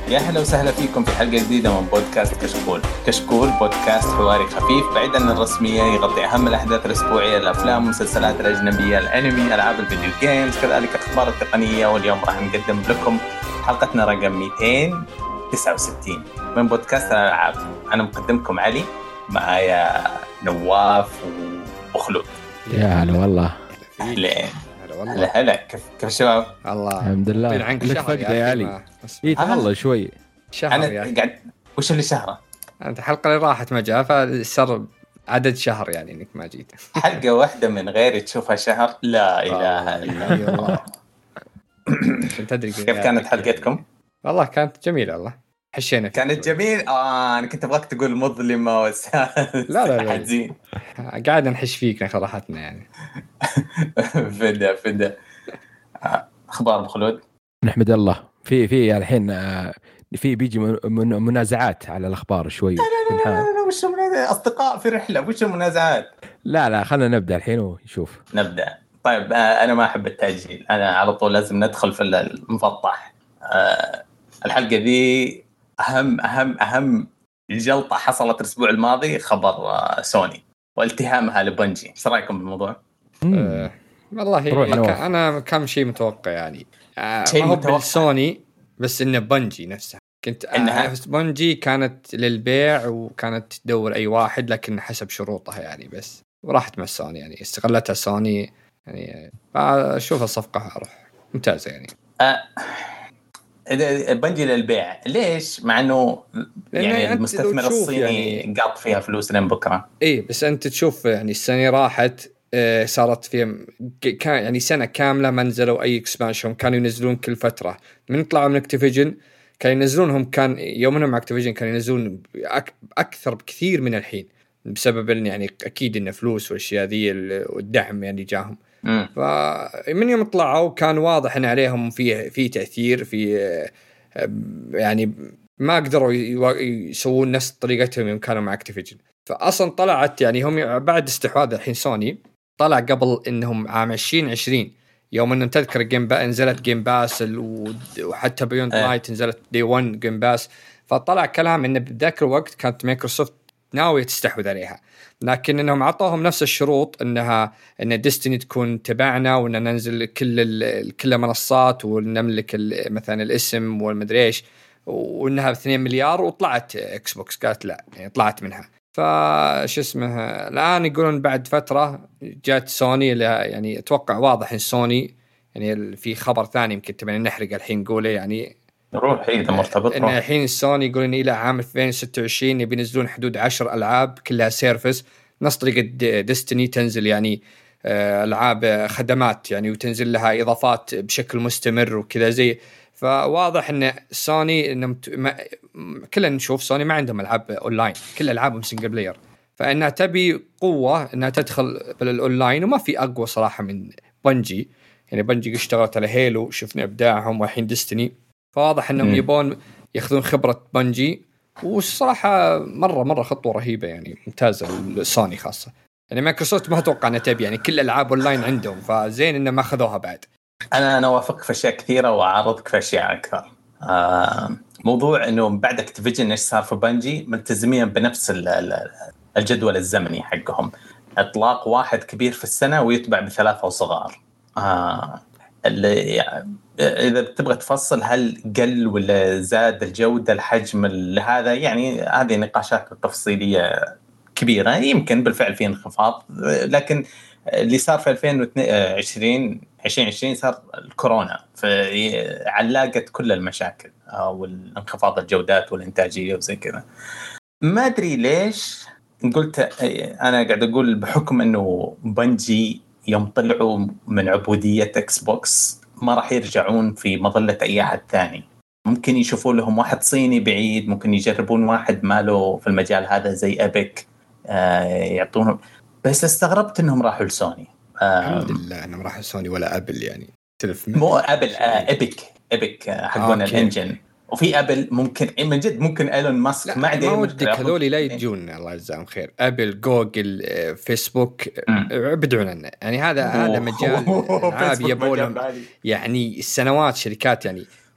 يا هلا وسهلا فيكم في حلقة جديدة من بودكاست كشكول. كشكول بودكاست حواري خفيف بعيد عن الرسمية، يغطي أهم الأحداث الأسبوعية، الأفلام والمسلسلات الأجنبية، الأنمي، ألعاب الفيديو جيمز، كذلك أخبار التقنية. واليوم راح نقدم لكم حلقتنا رقم 269 من بودكاست الألعاب. أنا مقدمكم علي، معايا نواف وخلود. يا هلا والله. أهلين. هلا كيف الشباب؟ الله الحمد لله. لك فقدة يا علي. والله شوي شهر أنا يعني. قاعد وش اللي شهره؟ أنت الحلقة اللي راحت ما جاء فصار عدد شهر يعني إنك ما جيت. حلقة واحدة من غير تشوفها شهر؟ لا إله إلا الله. كيف كانت حلقتكم؟ والله كانت جميلة والله، حشينا فيها. كانت جميل. أنا كنت أبغاك تقول مظلمة لا حزين. قاعد نحش فيك صراحتنا يعني. فدا أخبار مخلود؟ نحمد الله. في الحين في بيجي منازعات على الأخبار شوي. لا وش أصدقاء في رحلة، وش المنازعات؟ لا خلنا نبدأ الحين ونشوف. نبدأ. طيب أنا ما أحب التأجيل، أنا على طول لازم ندخل في المفضح. الحلقة دي أهم جلطة حصلت الأسبوع الماضي، خبر سوني والتهامها لبنجي. ايش رايكم بالموضوع؟ والله انا كم شيء متوقع يعني. ما هو بالسوني بس انه بنجي نفسها. كنت بنجي كانت للبيع وكانت تدور اي واحد، لكن حسب شروطها يعني، بس وراحت مع سوني يعني، استغلتها سوني يعني. اشوف الصفقة اروح ممتازة يعني. بنجي للبيع ليش؟ مع انه يعني المستثمر الصيني يعني قاط فيها فلوس لين بكره. بس انت تشوف يعني السنه راحت، صارت فيها كان يعني سنه كامله ما نزلوا اي اكسبانشن. كانوا ينزلون كل فتره من طلعوا من اكتيفيجن، كانوا ينزلونهم، كان يومنا مع اكتيفيجن كانوا ينزلون اكثر بكثير من الحين، بسبب يعني اكيد ان فلوس والاشياء ذي والدعم يعني جاهم. فمن يوم طلعوا كان واضح ان عليهم في تاثير، في يعني ما قدروا يسوون نفس طريقتهم يوم كانوا مع اكتيفيجن. فاصلا طلعت يعني هم بعد استحواذ الحين سوني، طلع قبل انهم عام 2020 يوم انهم تذكر نزلت جيم باس وحتى بيوند لايت نزلت دي 1 جيم باس. فطلع كلام ان بذاك الوقت كانت مايكروسوفت ناوية تستحوذ عليها، لكن انهم عطوهم نفس الشروط ان ديستني تكون تبعنا، وان ننزل كل المنصات ونملك مثلا الاسم والمدري ايش، وانها 2 مليار. وطلعت اكس بوكس قالت لا، يعني طلعت منها. فش اسمه الان يقولون بعد فتره جات سوني، يعني اتوقع واضح ان سوني يعني في خبر ثاني يمكن تبين نحرق الحين نقوله يعني. روح اذا مرتبط ان الحين سوني يقولون الى عام 2026 يبي ينزلون حدود 10 العاب كلها سيرفس، نفس طريقه ديستني تنزل يعني العاب خدمات يعني، وتنزل لها اضافات بشكل مستمر وكذا زي. فواضح ان سوني انهم كلنا نشوف سوني ما عندهم العاب اونلاين، كل العابهم سنجل بلاير، فانها تبي قوه انها تدخل بالاونلاين، وما في اقوى صراحه من بنجي. يعني بنجي اشتغلت على هيلو، شفنا ابداعهم، والحين ديستني. فواضح انهم يبون ياخذون خبره بنجي، والصراحه مره خطوه رهيبه يعني، ممتازه لسوني خاصه. يعني مايكروسوفت ما اتوقع انها تبي يعني كل الالعاب اونلاين عندهم، فزين انه ما اخذوها بعد. انا اوافقك في اشياء كثيره واعارضك في اشياء اكثر. موضوع انه بعد اكتيفيجن ايش صار في بنجي، ملتزمين بنفس الجدول الزمني حقهم، اطلاق واحد كبير في السنه ويتبع بثلاثه صغار. اللي اذا بتبغى تفصل هل قل ولا زاد الجوده، الحجم هذا يعني هذه نقاشات تفصيليه كبيره. يمكن بالفعل في انخفاض، لكن اللي صار في 2020 صار الكورونا، فعلاقت كل المشاكل والانخفاض الجودات والإنتاجية وزي كذا. ما أدري ليش قلت أنا قاعد أقول بحكم أنه بنجي يوم طلعوا من عبودية إكس بوكس ما راح يرجعون في مظلة أي أحد ثاني. ممكن يشوفوا لهم واحد صيني بعيد، ممكن يجربون واحد ماله في المجال هذا زي أبيك يعطونهم. بس استغربت انهم راحوا لسوني. الحمد لله انهم راحوا لسوني ولا ابل يعني. مو ابل، ابيك حقون الانجن. وفي ابل ممكن من جد ممكن ايلون ماسك ما عنده مشكله. هذول لا يجون الله يجزاهم خير. ابل، جوجل، فيسبوك ابعدوا عننا يعني. هذا مجال العاب يبولهم يعني السنوات شركات يعني.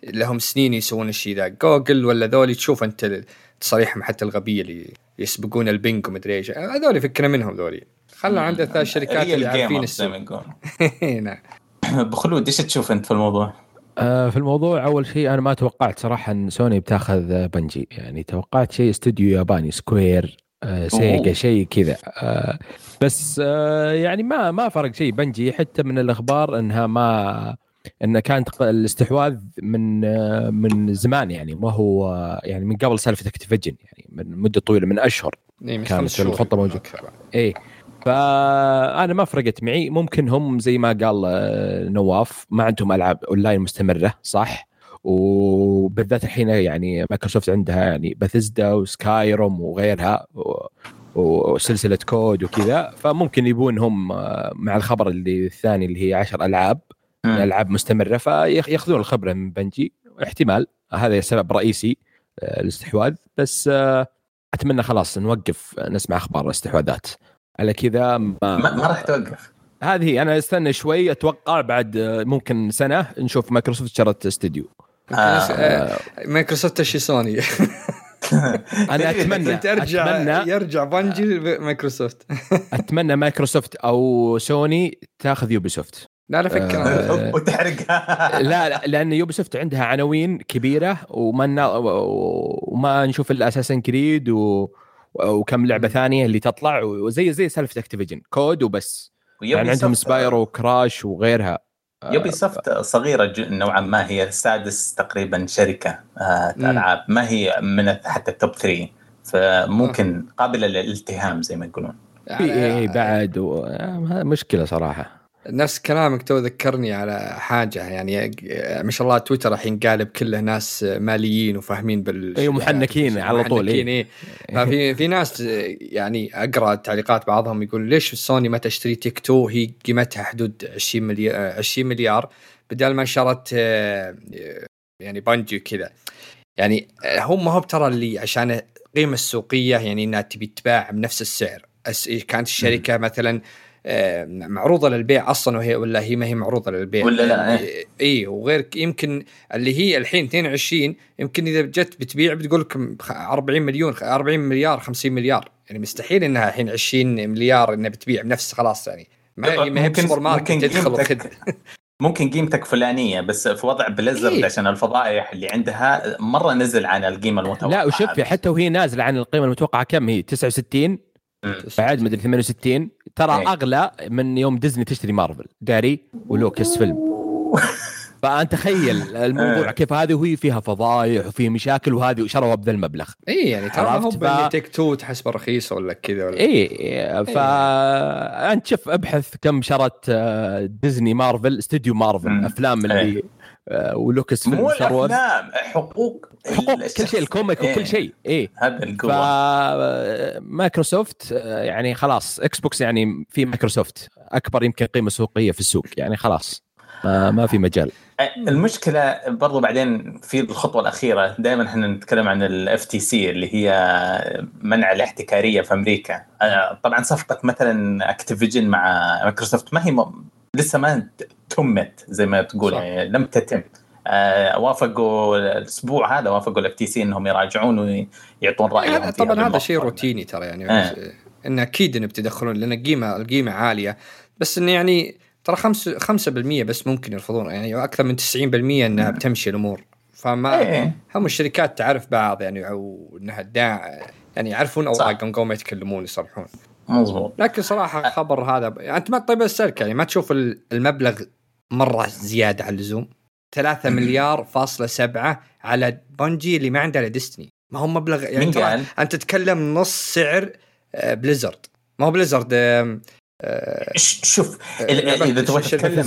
لهم سنين يسوون الشيء ذا. جوجل ولا ذولي تشوف أنت تصريحهم حتى الغبية اللي يسبقون البنج ومدري إيش، هذول فكرة منهم ذولي. خلوا عندنا ثلاث شركات اللي عارفين السوق. نعم. بخلود ايش تشوف انت في الموضوع؟ في الموضوع اول شيء انا ما توقعت صراحه ان سوني بتاخذ بنجي، يعني توقعت شيء استوديو ياباني سكوير سيجا شيء كذا. بس يعني ما فرق شيء. بنجي حتى من الاخبار انها ما ان كانت الاستحواذ من زمان، يعني ما هو يعني من قبل سالفه اكتيفيجن، يعني من مده طويله من اشهر كانت الخطه موجوده. ايه فأنا ما فرقت معي. ممكن هم زي ما قال نواف ما عندهم ألعاب أونلاين مستمرة صح، وبالذات الحين يعني مايكروسوفت عندها يعني باثيسدا وسكايروم وغيرها وسلسلة كود وكذا، فممكن يبون هم مع الخبر اللي الثاني اللي هي 10 ألعاب ألعاب مستمرة فيأخذون الخبرة من بنجي. احتمال هذا سبب رئيسي الاستحواذ. بس أتمنى خلاص نوقف نسمع أخبار الاستحواذات على كذا. ما راح توقف. هذه أنا استنى شوي، أتوقع بعد ممكن سنة نشوف مايكروسوفت شرت استوديو. مايكروسوفت تشي سوني. أنا أتمنى يرجع بنجي مايكروسوفت. أتمنى مايكروسوفت أو سوني تأخذ يوبيسوفت. لا على فكرة وتحرقها. لا لأن يوبيسوفت عندها عناوين كبيرة وما نشوف إلا أساسن كريد وكم لعبة ثانية اللي تطلع وزي سالفة اكتيفيجن كود وبس. يعني عندهم سبايرو وكراش وغيرها. يوبيسوفت صغيرة نوعا ما، هي السادس تقريبا شركة ألعاب، ما هي من حتى التوب 3، فممكن قابلة للالتهام زي ما يقولون. بعد مشكلة صراحة. نفس كلامك تو ذكرني على حاجة، يعني ما شاء الله تويتر الحين قالب كله ناس ماليين وفاهمين محنكين على طول. في ناس يعني أقرأ تعليقات بعضهم يقول ليش سوني ما تشتري تيك تو هي قيمتها حدود 20 مليار بدل ما شرت يعني بانجي كذا. يعني هم ما هو ترى اللي عشان قيمة السوقية يعني إنها تبي تباع بنفس السعر. كانت الشركة مثلا معروضة للبيع أصلا ولا هي ما هي معروضة للبيع ولا لا؟ إيه وغير يمكن اللي هي الحين 22 يمكن إذا جت بتبيع بتقول لكم 40 مليار 50 مليار، يعني مستحيل إنها الحين 20 مليار إنها بتبيع بنفس خلاص. يعني ما هي بسوبر ماركت تدخل وخذ. ممكن قيمتك فلانية بس في وضع بليزرد عشان الفضائح اللي عندها مرة نزل عن القيمة المتوقعة. لا وشوف حتى وهي نازلة عن القيمة المتوقعة كم هي 69 بعد مدري 68 ترى أغلى من يوم ديزني تشتري مارفل داري ولوكس فيلم. فأنت تخيل الموضوع كيف هذه وهي فيها فضايح وفيه مشاكل وهذه شروها بذا المبلغ. إيه يعني ترى هو بنيتك تو تحسب رخيص ولا كذا ولا إيه فأنت شوف ابحث كم شرت ديزني مارفل استوديو مارفل أفلام اللي ولوكس فيلم ثروت حقوق كل شيء الكوميك وكل شيء. إيه هذا القوة. مايكروسوفت يعني خلاص اكس بوكس يعني في مايكروسوفت أكبر يمكن قيمة سوقية في السوق، يعني خلاص ما في مجال. المشكلة برضو بعدين في الخطوة الأخيرة دائما احنا نتكلم عن ال FTC اللي هي منع الاحتكارية في أمريكا. طبعا صفقة مثلا اكتيفيجن مع مايكروسوفت ما هي لسه ما تمت زي ما تقول، يعني لم تتم. وافقوا الأسبوع هذا وافقوا ال FTC إنهم يراجعون ويعطون رأيهم. طبعا هذا شيء روتيني ترى يعني إن أكيد إن بتدخلون لأن القيمة عالية، بس إن يعني ترى 5% بس ممكن يرفضون، يعني أكثر من 90% إنها بتمشي الأمور. فما هم الشركات تعرف بعض يعني أو إنها يعني يعرفون أوراقهم قوم يتكلمون يصرحون. مظبوط. لكن صراحة خبر هذا أنت ما طيب السلك يعني ما تشوف المبلغ مرة زيادة على اللزوم 3 مليار فاصلة 7 على بنجي اللي ما عنده على ديستني. ما هو مبلغ يعني أنت تتكلم نص سعر بليزرد. ما هو بليزرد شوف إذا تبغى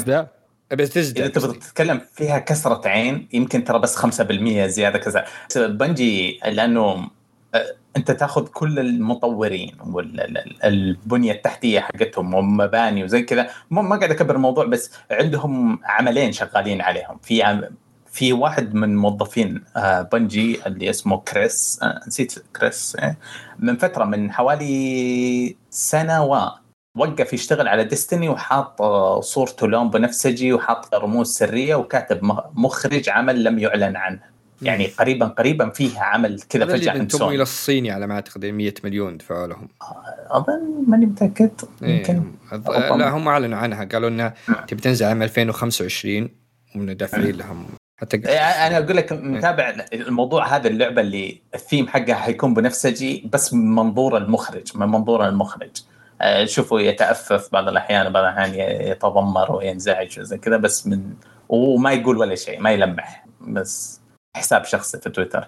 تتكلم فيها كسرة عين يمكن ترى بس 5% زيادة كذا. بنجي لأنه أنت تأخذ كل المطورين والبنية التحتية حقتهم ومباني وزي كذا. ما قاعد أكبر الموضوع بس عندهم عملين شغالين عليهم. في واحد من موظفين بنجي اللي اسمه كريس، نسيت كريس، من فترة من حوالي سنة وقف يشتغل على ديستني وحاط صورته لون بنفسجي وحاط رموز سرية وكاتب مخرج عمل لم يعلن عنه. يعني قريبا فيها عمل كذا فجأة عن سوني. إلى الصيني على ما أعتقد 100 مليون دفعوا لهم. أظن ماني متأكد. يمكن لا هم أعلنوا عنها قالوا إنها تبي تنزل عام 2025 ومن دافعين لهم. حتى أنا أقول لك متابع الموضوع هذا اللعبة اللي الثيم حقها حيكون بنفسجي بس من منظور المخرج. شوفوا يتأفف بعض الأحيان بعض الأحيان يتضمر وينزعج وزي كذا بس من وما يقول ولا شيء ما يلمح بس حساب شخصي في تويتر.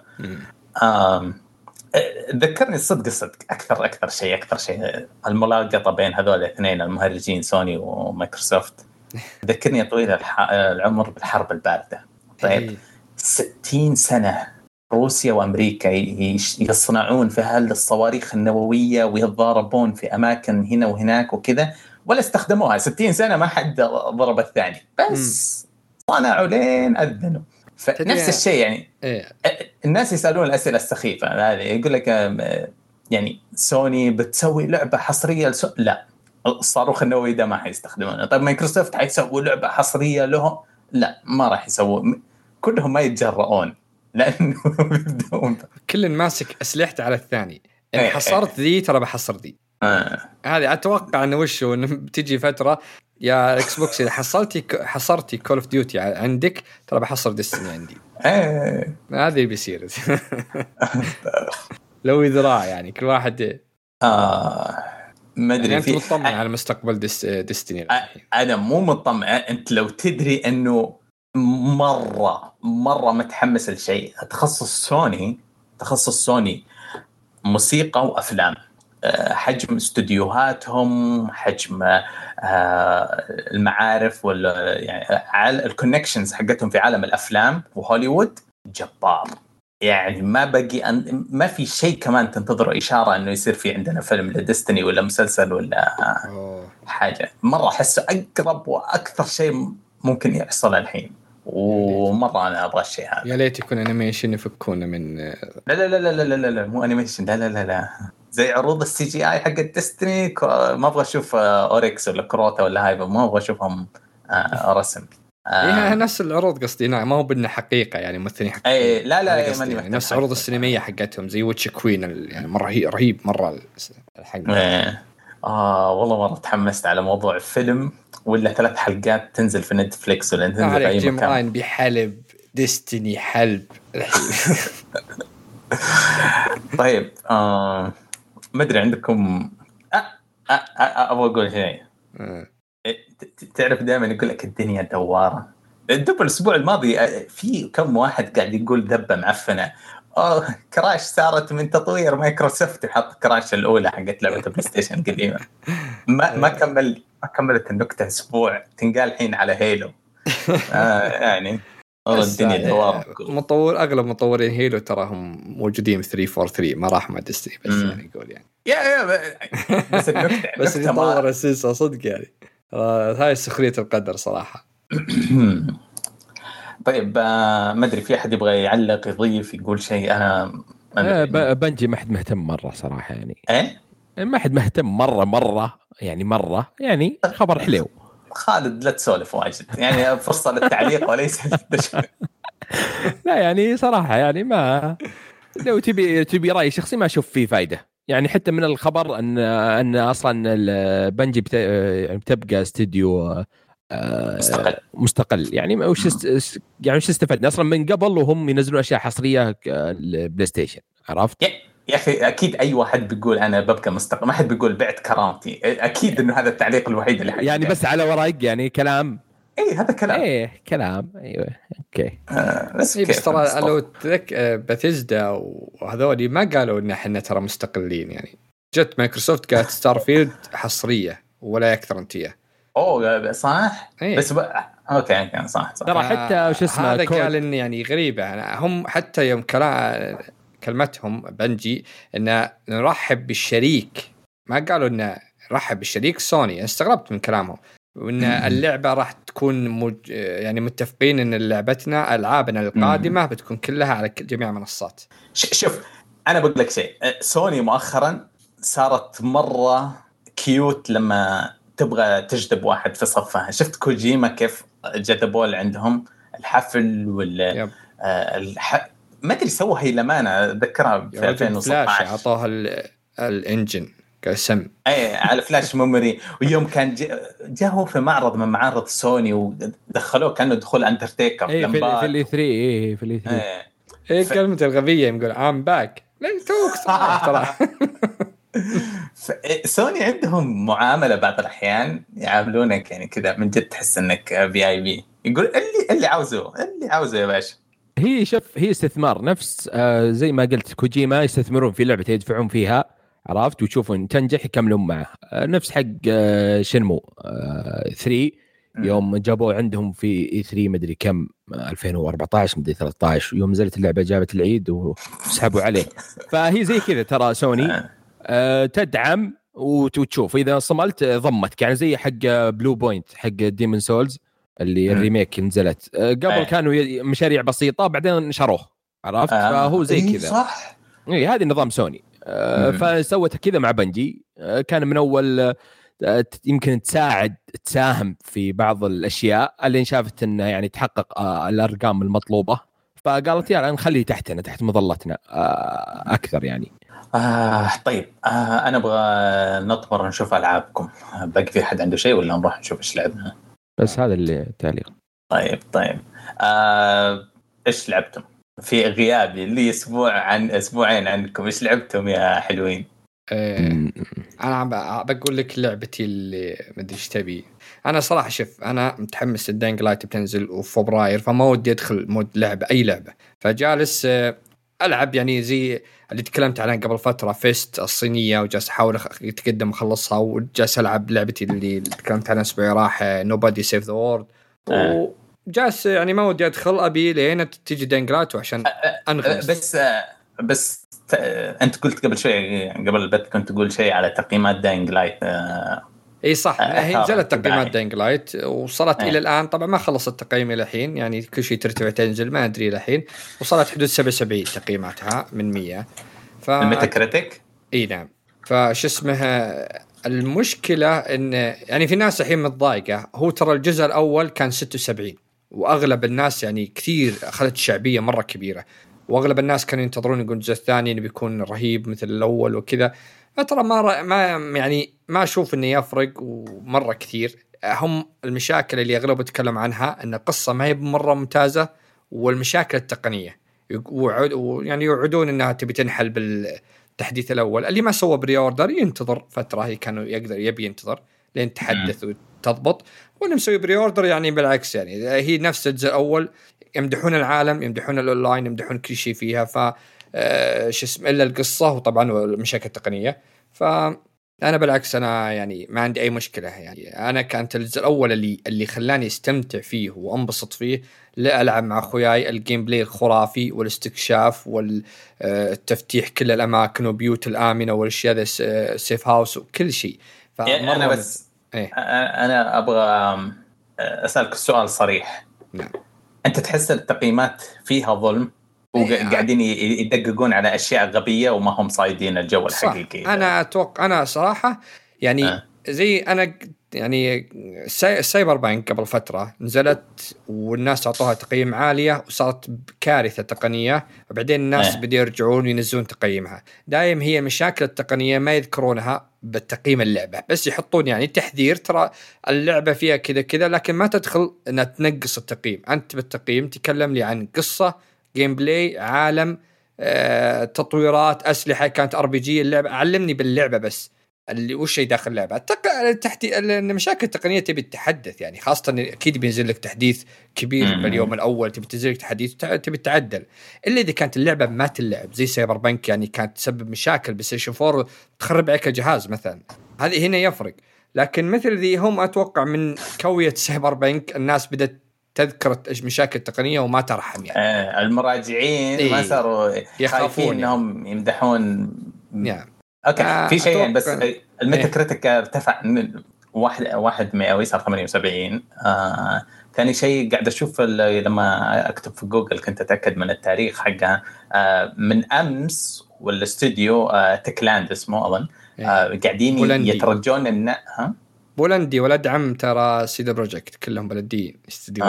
ذكرني صدق أكثر شيء الملاقطة بين هذول الاثنين المهرجين سوني ومايكروسوفت. ذكرني طويل العمر بالحرب الباردة. طيب 60 سنة روسيا وأمريكا يصنعون في هالصواريخ النووية ويتضاربون في أماكن هنا وهناك وكذا ولا استخدموها 60 سنة ما حد ضرب الثاني بس صنعوا لين أذنوا. فنفس الشيء يعني الناس يسألون الأسئلة السخيفة هذه يقول لك يعني سوني بتسوي لعبة حصرية لا الصاروخ النووي ده ما حيستخدمونه. طيب مايكروسوفت حيسوي لعبة حصرية لهم لا ما راح يسووا. كلهم ما يتجرؤون لأنه يبدون كل ماسك أسلحته على الثاني. إن حصرت ذي ترى بحصر ذي. هذه أتوقع إنه وشو إنه بتيجي فترة يا إكس بوكس إذا حصرتي كول أوف ديوتي عندك ترى بحصر ديستني عندي. هذا اللي بيصير. لو ذراع يعني كل واحد. ما أدري يعني أنت مطمئن على مستقبل ديستني. أنا مو مطمئن. أنت لو تدري إنه مرة متحمس لشيء. تخصص سوني موسيقى وأفلام. حجم استوديوهاتهم حجم المعارف ولا يعني الكونكشنز حقتهم في عالم الأفلام وهوليوود جبار. يعني ما في شيء كمان تنتظر إشارة إنه يصير في عندنا فيلم لديستني ولا مسلسل ولا حاجة. مرة أحسه أقرب وأكثر شيء ممكن يحصل الحين ومرة أنا أبغى الشيء هذا. يا ليت يكون أنيميشن يفكونا من لا مو أنيميشن لا زي عروض السي جي آي حق الديستني. ما أبغى أشوف أوريكس ولا كروتا ولا هايبر ما أبغى أشوفهم رسم. إيه نفس العروض قصدي ما هو بدنا حقيقة يعني ممثلين حقيقيين. لا يعني نفس عروض السينمية حقتهم زي ويتش كوين يعني مرة رهيب مرة الحق. والله مرة تحمست على موضوع الفيلم ولا 3 حلقات تنزل في نتفليكس ولا تنزل في أي مكان. جيم راين بحلب ديستني حلب. طيب ما أدري عندكم أبغى أقول شيء. تعرف دائما يقول لك الدنيا دوارة. الأسبوع الماضي في كم واحد قاعد يقول ذبة معفنة كراش صارت من تطوير مايكروسوفت وحط كراش الأولى حقت لعبة البلاي ستيشن القديمة. ما كملت النكتة أسبوع تنقال الحين على هيلو. يعني الدنيا دوار. أغلب مطورين هيلو تراهم موجودين 343 ما راح مع ديستني بس يعني يقول يعني بس النكتة بس يطور السلسلة صدق يعني. هاي سخرية القدر صراحة. طيب ما أدري في أحد يبغى يعلق يضيف يقول شيء. أنا بنجي ما حد مهتم مرة صراحة يعني ما حد مهتم مرة يعني خبر حلو. خالد لا تسولف واجد يعني فرصة للتعليق وليس لا يعني صراحة يعني ما لو تبي رأي شخصي ما أشوف فيه فايدة يعني. حتى من الخبر أن أصلا البنجي بتبقى استديو مستقل يعني وش استفدنا أصلا من قبل وهم ينزلون أشياء حصرية البلاي ستيشن. عرفت يا أخي أكيد أي واحد بيقول أنا ببقى مستقل ما حد بيقول بعت كرامتي. أكيد إنه هذا التعليق الوحيد اللي يعني بس على ورق يعني كلام. هذا كلام. كلام أيوة أوكي. بس ترى لو تذك بثيزدا وهذولي ما قالوا إن إحنا ترى مستقلين يعني. جت مايكروسوفت قالت ستارفيلد حصرية ولا أكثر أنتيه. صح. بس أوكي صح. ترى حتى وش اسمه هذا قال إن يعني غريبة يعني هم حتى يوم كلمتهم بنجي إن نرحب بالشريك ما قالوا إن نرحب بالشريك سوني. استغربت من كلامهم وإن اللعبة راح تكون يعني متفقين إن لعبتنا ألعابنا القادمة بتكون كلها على جميع المنصات. شوف أنا بقول لك شيء. سوني مؤخرا صارت مرة كيوت لما تبغى تجذب واحد في صفها. شفت كوجيما كيف جذبوا عندهم الحفل ولا ما ادري سوى هي لمانه ذكرها في 2016 اعطاها الانجن كسم على فلاش ميموري. ويوم كان جاء في معرض من معارض سوني ودخلوه كانه دخول اندرتيكر في الاي 3 في الاي 3 كلمه الغبيه يقول ام باك لا توك صح ترى. سوني عندهم معامله بعض الاحيان يعاملونك يعني كذا من جد تحس انك في اي بي. يقول اللي عاوزه يا باشا. هي استثمار نفس زي ما قلت كوجيما يستثمرون في لعبة يدفعون فيها عرفت وتشوفون تنجح يكملون معه. نفس حق شنمو 3 يوم جابوا عندهم في اي 3 مدري كم 2014 مدري 13 يوم نزلت اللعبة جابت العيد وسحبوا عليه. فهي زي كذا ترى سوني تدعم وتشوف إذا صملت ضمتك يعني زي حق بلو بوينت حق ديمون سولز اللي الريميك نزلت قبل كانوا مشاريع بسيطة بعدين شروه عرفت. فهو زي كذا صح. هذه نظام سوني. فسوت كذا مع بنجي. كان من أول يمكن تساهم في بعض الأشياء اللي شافت إنه يعني تحقق الأرقام المطلوبة فقالت يلا نخليه تحتنا تحت مظلتنا أكثر يعني. طيب أنا أبغى نطمر نشوف ألعابكم. باقي في حد عنده شيء ولا نروح نشوف إيش لعبنا؟ بس هذا اللي تعليق. طيب إيش لعبتم في غيابي اللي أسبوعين عنكم؟ إيش لعبتم يا حلوين؟ أنا بقول لك لعبتي اللي مدري إيش تبي. أنا صراحة شوف أنا متحمس الداينغ لايت بتنزل وفبراير فما ودي أدخل مود لعبة أي لعبة فجالس ألعب يعني زي اللي تكلمت عنها قبل فترة فيست الصينية وجالس أحاول أتقدم أخلصها وجالس ألعب لعبتي اللي تكلمت عنها أسبوع راح Nobody Save the World وجالس يعني ما ودي أدخل أبي لين تيجي داينغ لايت وعشان أنغمس. بس أنت قلت قبل شوي قبل البث كنت تقول شيء على تقييمات داينغ لايت. اي صح هي نزلت تقييمات داينغ لايت وصلت الى الان طبعا ما خلصت التقييم الى الحين يعني كل شيء ترتفع تنزل ما ادري الى الحين وصلت حدود 77 تقييماتها من 100 الميتاكريتيك. اي نعم. فش اسمها المشكله ان يعني في ناس الحين متضايقه. هو ترى الجزء الاول كان 76 واغلب الناس يعني كثير اخذت شعبيه مره كبيره واغلب الناس كانوا ينتظرون يقول الجزء الثاني انه بيكون رهيب مثل الاول وكذا. ترى ما يعني ما أشوف إنه يفرق ومرة كثير. هم المشاكل اللي أغلب بتكلم عنها إن القصة ما هي مرة ممتازة والمشاكل التقنية يعني يوعدون إنها تبي تنحل بالتحديث الأول. اللي ما سوى بري أوردر ينتظر فترة هي كانوا يبي ينتظر لين تحدث وتضبط. واللي مسوي بري أوردر يعني بالعكس يعني هي نفس الجزء الأول يمدحون العالم يمدحون الأونلاين يمدحون كل شيء فيها شو اسمه إلا القصة وطبعا المشاكل التقنية. فأنا بالعكس أنا يعني ما عندي أي مشكلة يعني أنا كانت الجزء الأول اللي خلاني استمتع فيه وأنبسط فيه لألعب مع أخوياي الجيم بلاي الخرافي والاستكشاف والتفتيح كل الأماكن وبيوت الآمنة والأشياء ذا سيف هاوس وكل شيء. أنا بس أنا أبغى أسألك السؤال صريح. نعم. أنت تحس التقييمات فيها ظلم وقاعدين يدققون على أشياء غبية وما هم صايدين الجو الحقيقي؟ أنا أتوقع أنا صراحة يعني زي أنا يعني سايبر بانك قبل فترة نزلت والناس أعطوها تقييم عالية وصارت كارثة تقنية وبعدين الناس بدأوا يرجعون وينزلون تقييمها. دائم هي مشاكل التقنية ما يذكرونها بالتقييم اللعبة بس يحطون يعني تحذير ترى اللعبة فيها كذا لكن ما تدخل أنها تنقص التقييم. أنت بالتقييم تكلم لي عن قصة جيم بلاي عالم تطويرات أسلحة كانت RPG اللعبة علمني باللعبة بس اللي وش شيء داخل اللعبة المشاكل التقنية تبي تتحدث يعني خاصة أكيد بينزل لك تحديث كبير باليوم الأول تبي تنزل لك تحديث تبي تعدل إلا إذا كانت اللعبة ما تلعب زي سايبر بانك يعني كانت تسبب مشاكل بلايستيشن 4 تخرب عليك الجهاز مثلا هذه هنا يفرق. لكن مثل ذي هم أتوقع من كوية سايبر بانك الناس بدأت تذكر مشاكل تقنية وما ترحم يعني المراجعين ما صاروا خايفين انهم يمدحون نعم. اوكي في شيء بس الميتاكريتيك ارتفع من 100 وصار 78. ثاني شيء قاعد اشوف لما اكتب في جوجل كنت اتاكد من التاريخ حقها من امس والاستوديو تكلاند اسمه اظن قاعدين يترجون ها بولندي ولد عم ترى سيدا بروجكت كلهم بلديين استديو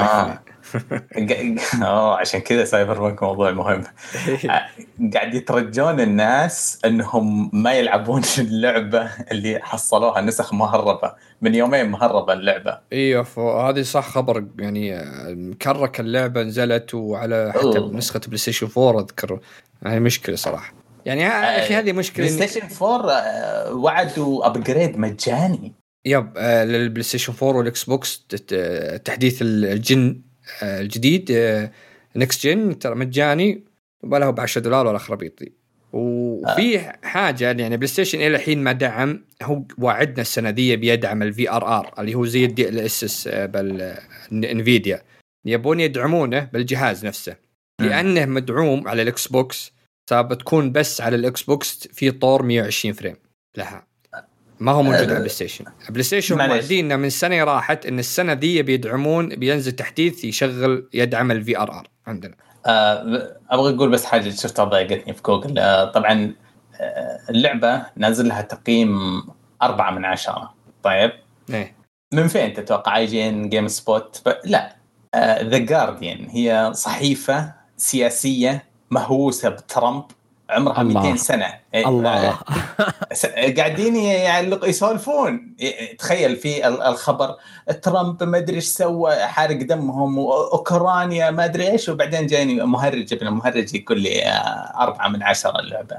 عشان كذا سايبر بانك موضوع مهم. قاعد يترجون الناس انهم ما يلعبون اللعبه اللي حصلوها نسخ مهربه من يومين، مهربه اللعبه. ايوه هذه صح خبر يعني مكرك اللعبه نزلت وعلى حتى نسخه بلاي ستيشن 4 اذكر يعني مشكله صراحه يعني اخي هذه مشكله. بلاي ستيشن 4 وعدوا ابجريد مجاني للبلاي ستيشن 4 والاكس بوكس تحديث الجن الجديد نكست جن ترى مجاني ولا هو $10 ولا خرابيطي. وفي حاجه يعني بلاي ستيشن الى الحين ما دعم، هو وعدنا السنه دي بيدعم الفي ار ار اللي هو زي الدي ال اس بالانفيديا، يبون يدعمونه بالجهاز نفسه لانه مدعوم على الاكس بوكس، بتكون بس على الاكس بوكس في طور 120 فريم لها، ما هو موجود على بلاي ستيشن. بلاي ستيشن وعدينا من سنه راحت ان السنه دي بيدعمون، بينزل تحديث يدعم الفي ار ار عندنا. ابغى اقول بس حاجه شفتها ضايقتني في جوجل. طبعا اللعبه نازل لها تقييم 4/10. طيب من فين تتوقع؟ يجين جيم سبوت؟ لا، ذا جارديان هي صحيفه سياسيه مهووسه بترامب عمرها 200 سنة. الله قاعدين يعلق يسولفون. تخيل في الخبر ترامب ما ادري ايش سوى، حارق دمهم، واوكرانيا ما ادري ايش، وبعدين جايني مهرج ابن المهرج يقول لي 4/10 اللعبة.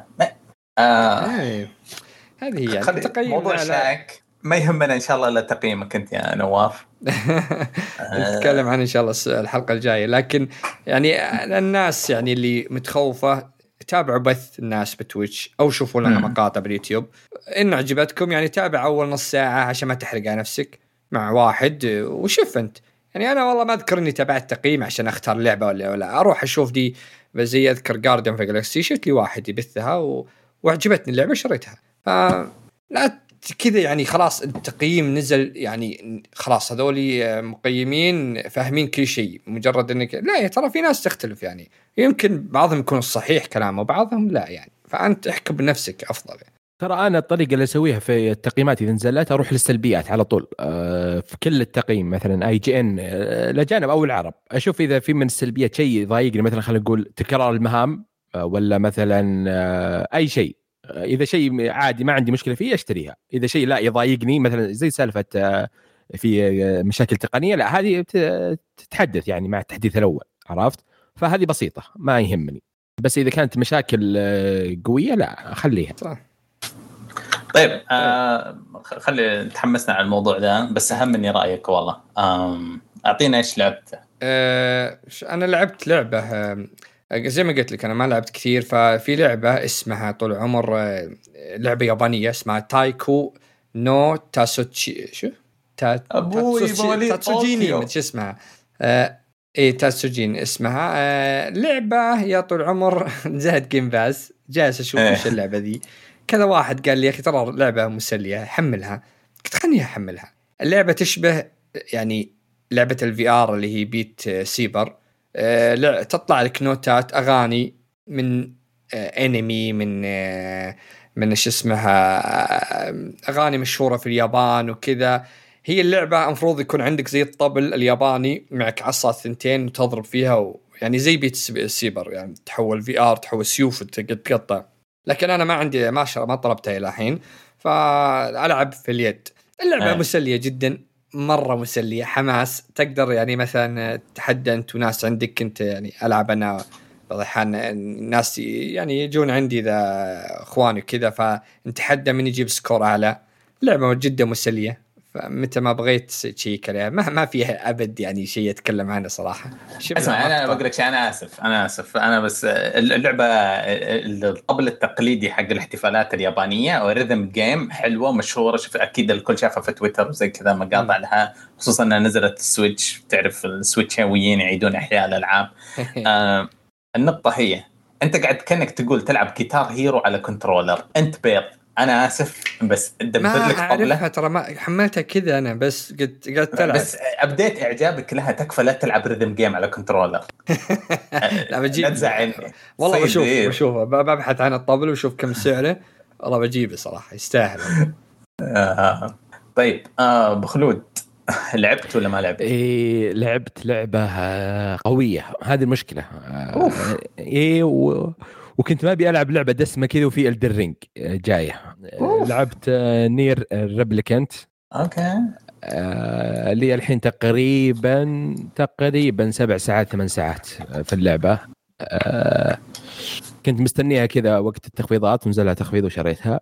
هذه يعني تقييم موضوع شائك، ما يهمنا ان شاء الله الا تقييمك انت يا نواف. نتكلم عن ان شاء الله الحلقة الجاية. لكن يعني الناس يعني اللي متخوفة تابعوا بث الناس بتويتش أو شوفوا لنا مقاطع باليوتيوب إن عجبتكم، يعني تابع أول نص ساعة عشان ما تحرق على نفسك مع واحد وشوف أنت. يعني أنا والله ما أذكر إني تابعت تقييم عشان أختار لعبة ولا أروح أشوف دي، بس زي أذكر جارديان في جالاكسي شفت لي واحد يبثها وعجبتني اللعبة شريتها. لا كذا يعني خلاص التقييم نزل، يعني خلاص هذولي مقيمين فاهمين كل شيء، مجرد انك لا ترى في ناس تختلف، يعني يمكن بعضهم يكون صحيح كلامه وبعضهم لا، يعني فأنت احكم بنفسك أفضل. يعني ترى أنا الطريقة اللي أسويها في التقييمات إذا نزلت أروح للسلبيات على طول في كل التقييم، مثلا IGN الأجانب أو العرب، أشوف إذا في من السلبيات شيء يضايقني، مثلا خلينا نقول تكرار المهام ولا مثلا أي شيء. إذا شيء عادي ما عندي مشكلة فيه أشتريها، إذا شيء لا يضايقني مثلا زي سالفة في مشاكل تقنية لا هذه تتحدث يعني مع التحديث الأول، عرفت؟ فهذه بسيطة ما يهمني، بس إذا كانت مشاكل قوية لا أخليها. طيب خلي تحمسنا على الموضوع ده، بس أهمني رأيك والله. أعطينا إيش لعبت. أنا لعبت لعبة زي ما قلت لك أنا ما لعبت كثير، ففي لعبة اسمها طول عمر لعبة يابانية اسمها تايكو نو تاسوتشي شو تاتسوجيني مش اسمها تاتسوجين اسمها. لعبة يا طول عمر زهد جيم باز جالس أشوف إيش اللعبة دي كذا، واحد قال لي يا أخي ترى لعبة مسلية حملها، قلت خلني أحملها. اللعبة تشبه يعني لعبة الفي آر اللي هي بيت سيبر، تطلع لك نوتات أغاني من أنمي من إيش اسمها أغاني مشهورة في اليابان وكذا. هي اللعبة المفروض يكون عندك زي الطبل الياباني معك عصا 2 وتضرب فيها يعني زي بيت سيبر، يعني تحول في آر تحول سيوف تقطع. لكن أنا ما عندي ما طلبتها إلى الحين، فألعب في اليد. اللعبة مسلية جدا، مرة مسلية، حماس. تقدر يعني مثلا تحدى أنت وناس عندك أنت، يعني ألعب أنا بعض الأحيان الناس يعني يجون عندي ذا إخواني كذا، فنتحدى من يجيب سكور أعلى. لعبة جدا مسلية، فمتى ما بغيت شيء كذا ما فيها أبد يعني شيء أتكلم عنه صراحة. اسمع أنا بقول لك أنا آسف أنا بس اللعبة الطبل التقليدي حق الاحتفالات اليابانية أو ريذم جيم حلوة مشهورة، شوف أكيد الكل شافها في تويتر وزي كذا مقاطع لها، خصوصا أنها نزلت السويتش، تعرف السويتشاويين يعيدون إحياء الألعاب. النقطة هي أنت قاعد كأنك تقول تلعب جيتار هيرو على كنترولر، أنت بيض. أنا آسف بس دبر لك طبلة، ترى ما حملتها كذا أنا بس قلت تلعب، بس أبديت إعجابك لها تكفى لا تلعب ريذم جيم على كنترولر. لا بجيب لا تزعلني والله. بشوف ببحث عن الطبل وشوف كم سعره والله بجيبه صراحه يستاهل. طيب بخلود لعبت ولا ما لعبت؟ إيه لعبت لعبة قوية، هذه المشكلة. إيه وكنت ما أبي ألعب لعبة دسمة كذا وفي الدرينج جاية. لعبت نير ريبليكانت. أوكي. لي الحين تقريبا 7 ساعات 8 ساعات في اللعبة. كنت مستنيها كذا وقت التخفيضات، ونزلها تخفيض وشريتها.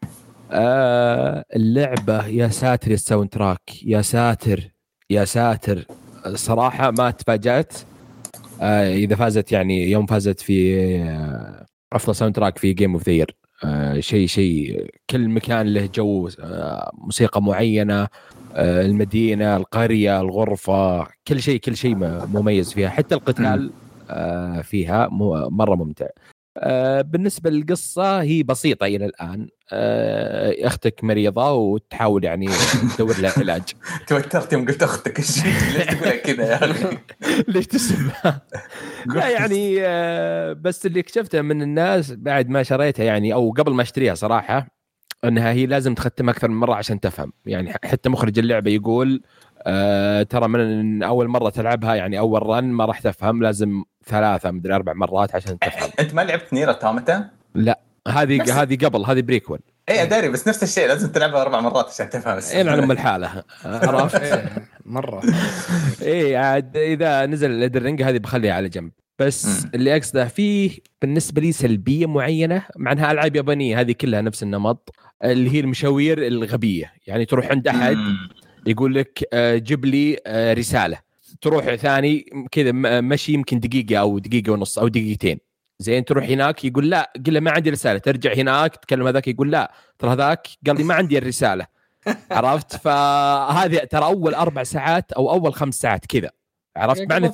اللعبة يا ساتر، الساوند تراك يا ساتر يا ساتر، صراحة ما تفاجأت إذا فازت، يعني يوم فازت في أفضل ساوند تراك في جيم اوف ذا يير. شيء كل مكان له جو، موسيقى معينة، المدينة، القرية، الغرفة، كل شيء مميز فيها، حتى القتال فيها مرة ممتع. بالنسبة للقصة هي بسيطة إلى الآن. أختك مريضة وتحاول يعني تدور لها علاج. توترت يوم قلت أختك، إيش ليش تقولها كذا يا أخي؟ ليش تسمع؟ لا يعني بس اللي اكتشفته من الناس بعد ما شريتها، يعني أو قبل ما أشتريها صراحة، أنها هي لازم تختم أكثر من مرة عشان تفهم. يعني حتى مخرج اللعبة يقول ترى من أول مرة تلعبها، يعني أول رن ما راح تفهم، لازم 3 مدري 4 مرات عشان تفهم. أنت ما لعبت نير أوتوماتا؟ لا هذه قبل، هذه بريكول. ايه داري، بس نفس الشيء لازم تلعبها 4 مرات عشان تفهم. ايه العلم الحالة، عرفت؟ مرة ايه عاد اذا نزل الادرينج هذه بخليها على جنب. بس اللي اقصده فيه بالنسبة لي سلبية معينة، مع انها العاب يابانية هذه كلها نفس النمط، اللي هي المشاوير الغبية. يعني تروح عند احد يقول لك جيب لي رسالة، تروح ثاني كذا مشي يمكن دقيقة او دقيقة ونص او دقيقتين، زين تروح هناك يقول لا، قل له ما عندي رسالة، ترجع هناك تكلم هذاك يقول لا ترى هذاك قال لي ما عندي الرسالة. عرفت؟ فهذه ترى أول 4 ساعات أو أول 5 ساعات كذا، عرفت؟ معنا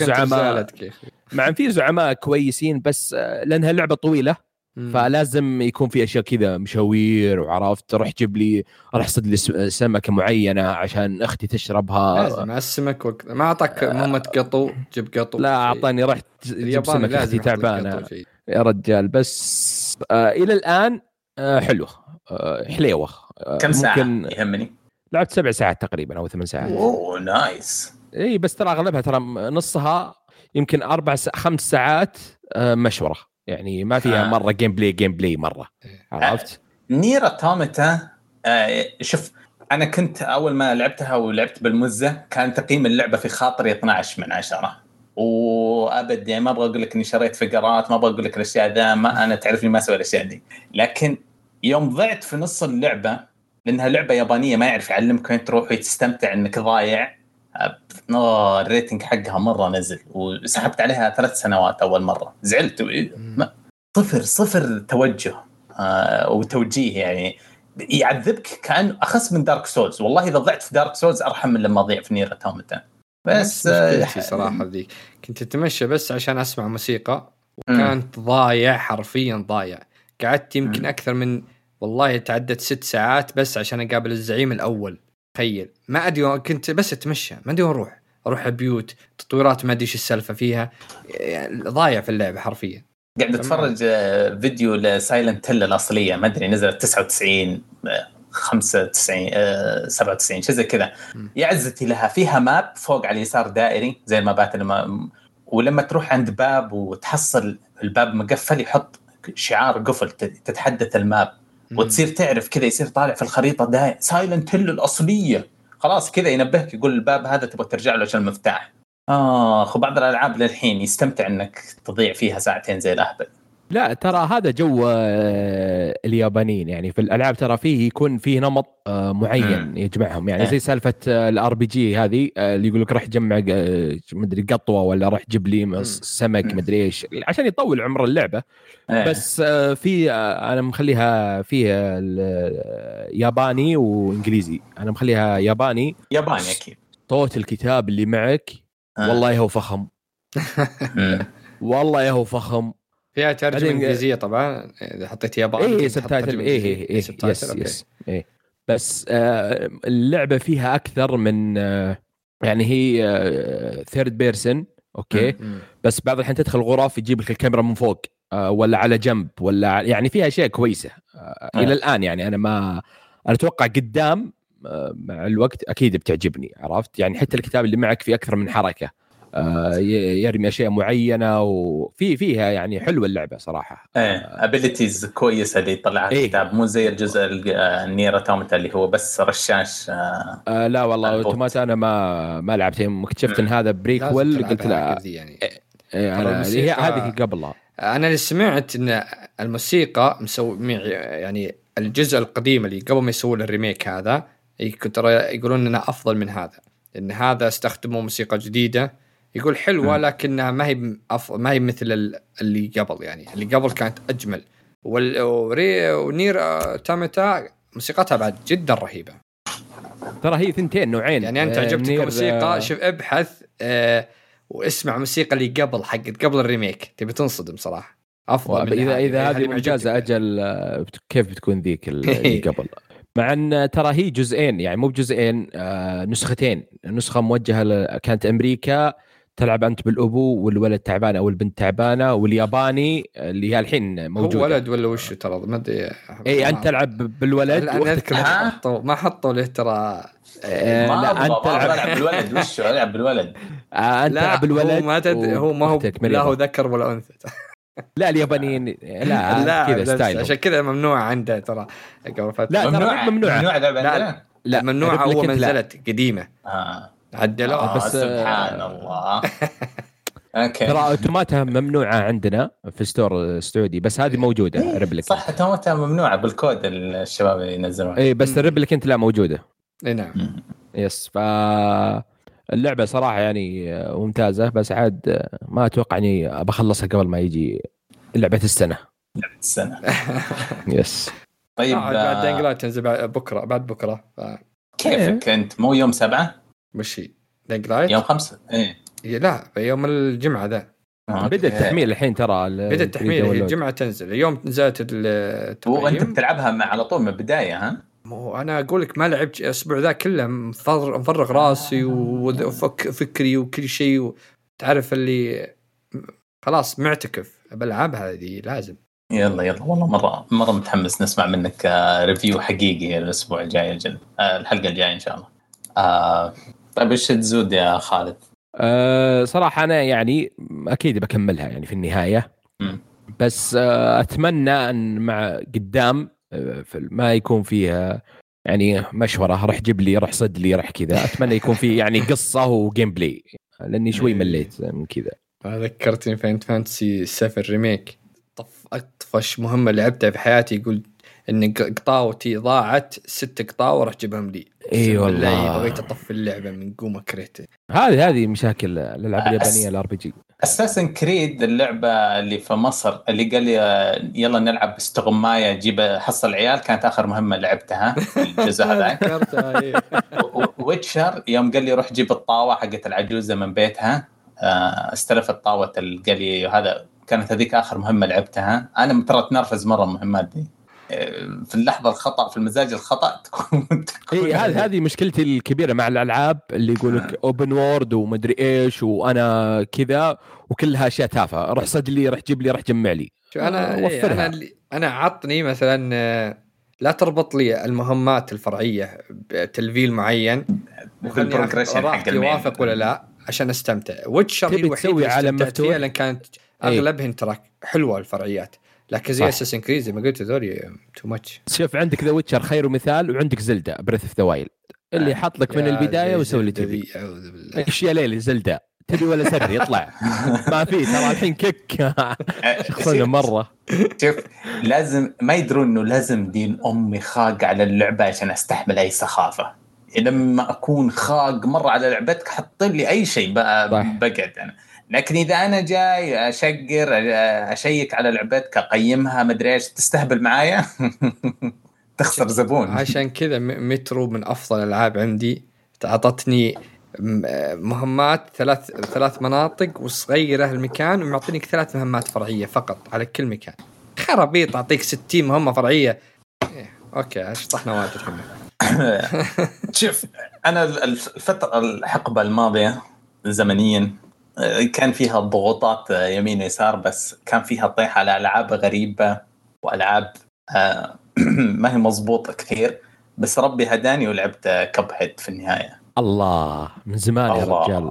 في زعماء كويسين، بس لأنها لعبة طويلة فلازم يكون في أشياء كذا مشاوير، وعرفت روح جيب لي، راح صد لي سمكة معينة عشان أختي تشربها. لازم السمك ما أعطاك مهمة قطو، جيب قطو. لا أعطاني رحت جيب سمكة، أختي تعبانة يا رجال. بس إلى الآن حلوة، حليوة. كم ساعة يهمني؟ لعبت 7 ساعات تقريبا أو 8 ساعات. أوه نايس. إيه بس ترى أغلبها، ترى نصها يمكن 5 ساعات مشورة، يعني ما فيها مرة جيم بلاي مرة. عرفت؟ نير أوتوماتا شوف، أنا كنت أول ما لعبتها ولعبت بالمزة كان تقييم اللعبة في خاطري 12/10، وأبد يعني ما أبغى أقول لك إني شريت فقرات، ما أبغى أقول لك الأشياء ذا، ما أنا تعرفني ما أسوي الأشياء دي. لكن يوم ضعت في نص اللعبة، لأنها لعبة يابانية ما يعرف يعلمك وين تروح وتستمتع إنك ضايع، الريتنج حقها مرة نزل، وسحبت عليها 3 سنوات. أول مرة زعلت، صفر توجه وتوجيه، يعني يعذبك كأنه أخس من دارك سولز. والله إذا ضعت في دارك سولز أرحم من لما أضيع في نير أوتوماتا. بس مشكلتي صراحة ذيك كنت أتمشى بس عشان أسمع موسيقى، وكانت ضايع حرفيا ضايع. قعدت يمكن أكثر من، والله تعدت 6 ساعات بس عشان أقابل الزعيم الأول. تخيل، ما أدري، كنت بس أتمشى، ما أدري أروح بيوت تطويرات، ما أدري إيش السالفة فيها، يعني ضايع في اللعبة حرفيا. قاعد أتفرج فيديو لسايلنت هيل الأصلية، ما أدري نزلت 99 95 97 شيء زي كذا. يا عزتي لها فيها ماب فوق على اليسار دائري زي المابات ولما تروح عند باب وتحصل الباب مقفل يحط شعار قفل، تتحدث الماب وتصير تعرف كذا، يصير طالع في الخريطة ده سايلنت هيل الأصلية، خلاص كذا ينبهك يقول الباب هذا تبغى ترجع له عشان المفتاح. بعض الألعاب للحين يستمتع إنك تضيع فيها 2 ساعات زي الأهبل. لا ترى هذا جو اليابانيين، يعني في الألعاب ترى فيه يكون فيه نمط معين يجمعهم، يعني زي سالفة الار بي جي هذه اللي يقول لك راح جمع مدري قطوة ولا راح جيب لي سمك مدري ايش عشان يطول عمر اللعبة. بس في انا مخليها فيها ياباني وانجليزي. انا مخليها ياباني اكيد. صوت الكتاب اللي معك والله هو فخم والله هو فخم. فيها ترجمة إنجليزية طبعا، إذا حطيت ياباني إيه سبتايتل إيه. بس اللعبة فيها أكثر من يعني هي ثيرد بيرسون أوكي. بس بعض الحين تدخل غرف يجيب لك الكاميرا من فوق ولا على جنب ولا يعني فيها اشياء كويسه الى الان. يعني انا اتوقع قدام مع الوقت اكيد بتعجبني، عرفت يعني. حتى الكتاب اللي معك فيه اكثر من حركه، يرمي اشياء معينه فيها يعني حلوه اللعبه صراحه. ابيليتيز كويسه اللي يطلعها الكتاب، مو زي الجزء النير اوتوماتا اللي هو بس رشاش. لا والله اوتوماتا انا ما لعبت، اكتشفت ان هذا بريكول قلت لا يعني. هذه قبلها. انا اللي سمعت ان الموسيقى يعني الجزء القديم اللي قبل ما يسوون الريميك هذا ترى يقولون انه افضل من هذا، ان هذا استخدموا موسيقى جديده يقول حلوه لكنها ما هي مثل اللي قبل. يعني اللي قبل كانت اجمل، ونير اوتوماتا موسيقتها بعد جدا رهيبه. ترى هي ثنتين نوعين. يعني انت عجبتك الموسيقى شوف ابحث واسمع موسيقى اللي قبل الريميك، تبي تنصدم صراحه. افضل من اذا هذه ممتازه اجل كيف بتكون ذيك اللي قبل. مع ان ترى هي جزئين، يعني مو بجزئين، نسختين. نسخه موجهه كانت امريكا تلعب انت بالابو والولد تعبان او البنت تعبانه، والياباني اللي هي الحين موجوده. هو ولد ولا وش ترى ما ادري. اي انت تلعب بالولد. انا اذكر ما حطوا له ترى. لا انت تلعب بالولد. وش العب بالولد؟ انت تلعب بالولد. هو ما هو لا هو ذكر ولا انثى. لا اليابانيين لا كذا ستايل، عشان كذا ممنوع عنده ترى قبل فتره. لا ترى ممنوع لا ممنوع. هو منزلت قديمه عدلوها بس سبحان الله. اوكي ترى اوتوماتا ممنوعه عندنا في ستور السعودي، بس هذه موجوده ريبليك. صح اوتوماتا ممنوعه بالكود الشباب اللي ينزلون. اي بس الريبليك انت لا موجوده. اي نعم. يس اللعبة صراحة يعني ممتازة، بس عاد ما أتوقع إني بخلصها قبل ما يجي لعبة السنة. يس. طيب بعد دانجلايت تنزل بكرة بعد بكرة. كيفك أنت؟ مو يوم 7 مشي دانجلايت يوم 5. لا يوم الجمعة ذا بدأ التحميل الحين ترى. بدأ التحميل الجمعة تنزل. اليوم نزلت التقييم. وأنت بتلعبها على طول من البداية ها؟ مو أنا أقول لك ما لعبت الأسبوع ذا كله، مفرغ راسي وفكري وكل شيء، تعرف اللي خلاص معتكف بلعبها هذه لازم. يلا والله مرة متحمس نسمع منك ريفيو حقيقي الأسبوع الجاي الجل الحلقة الجاية إن شاء الله. طيب إيش تزود يا خالد؟ صراحة أنا يعني أكيد بكملها يعني في النهاية. بس أتمنى أن مع قدام ما يكون فيها يعني مشورة رح جيب لي رح صد لي رح كذا. أتمنى يكون فيه يعني قصة وجيم بلاي، لأني شوي مليت من كذا. ذكرتني فاينل فانتسي 7 ريميك. أطفش مهمة لعبتها في حياتي، يقول إن قطاوتي ضاعت 6 قطاوة ورح جيبهم لي. اي والله بغيت أطفي اللعبة من قومة كريتي. هذه مشاكل الألعاب اليابانية الار بي جي. أساسن كريد اللعبة اللي في مصر اللي قال لي يلا نلعب استغماية جيب حصل العيال، كانت آخر مهمة لعبتها الجزء هذا. ويتشر يوم قال لي روح جيب الطاوة حقت العجوزة من بيتها، استلفت طاوة القلي، وهذا كانت هذيك آخر مهمة لعبتها. أنا ترى تنرفز مرة المهمات دي في اللحظة الخطأ في المزاج الخطأ تكون هذه مشكلتي الكبيرة مع الألعاب اللي يقولك اوبن وورد ومدري ايش وانا كذا وكلها اشياء تافهة. روح صد لي رح جيب لي رح جمع لي. انا عطني مثلا لا تربط لي المهمات الفرعية بتلفيل معين وخلني راح يوافق ولا لا عشان استمتع. ويتشر هي الوحيدة اللي استمتعت فيها لأن كانت اغلبهن ترى حلوة الفرعيات، لكن زي اساسن كريد زي ما قلت ذولي تو ماتش. شوف عندك ذا ويتشر خير ومثال، وعندك زلدا بريث اوف ذا وايلد اللي حط لك من البدايه وسوي اللي تبي. ايش يا ليلي زلدا تبي ولا سر يطلع ما في ترى الحين كيك شخصنا مره. شوف لازم ما يدرون انه لازم دين امي خاق على اللعبه عشان استحمل اي سخافه. لما اكون خاق مره على لعبتك حط لي اي شيء بقعد انا. لكن إذا أنا جاي أشقر أشيك على لعبتك أقيمها مدري إيش تستهبل معايا تخسر زبون. عشان كذا مترو من أفضل الألعاب عندي. تعطتني مهمات ثلاث مناطق وصغيرة المكان، ومعطينك 3 مهمات فرعية فقط على كل مكان. خرابيط تعطيك 60 مهمة فرعية. أوكي أشطحنا واجد شوف أنا الحقبة الماضية زمنيا كان فيها ضغوطات يمين يسار، بس كان فيها طيح على ألعاب غريبة وألعاب ما هي مضبوطة كثير، بس ربي هداني ولعبت كب هيد في النهاية. الله من زمان يا رجال.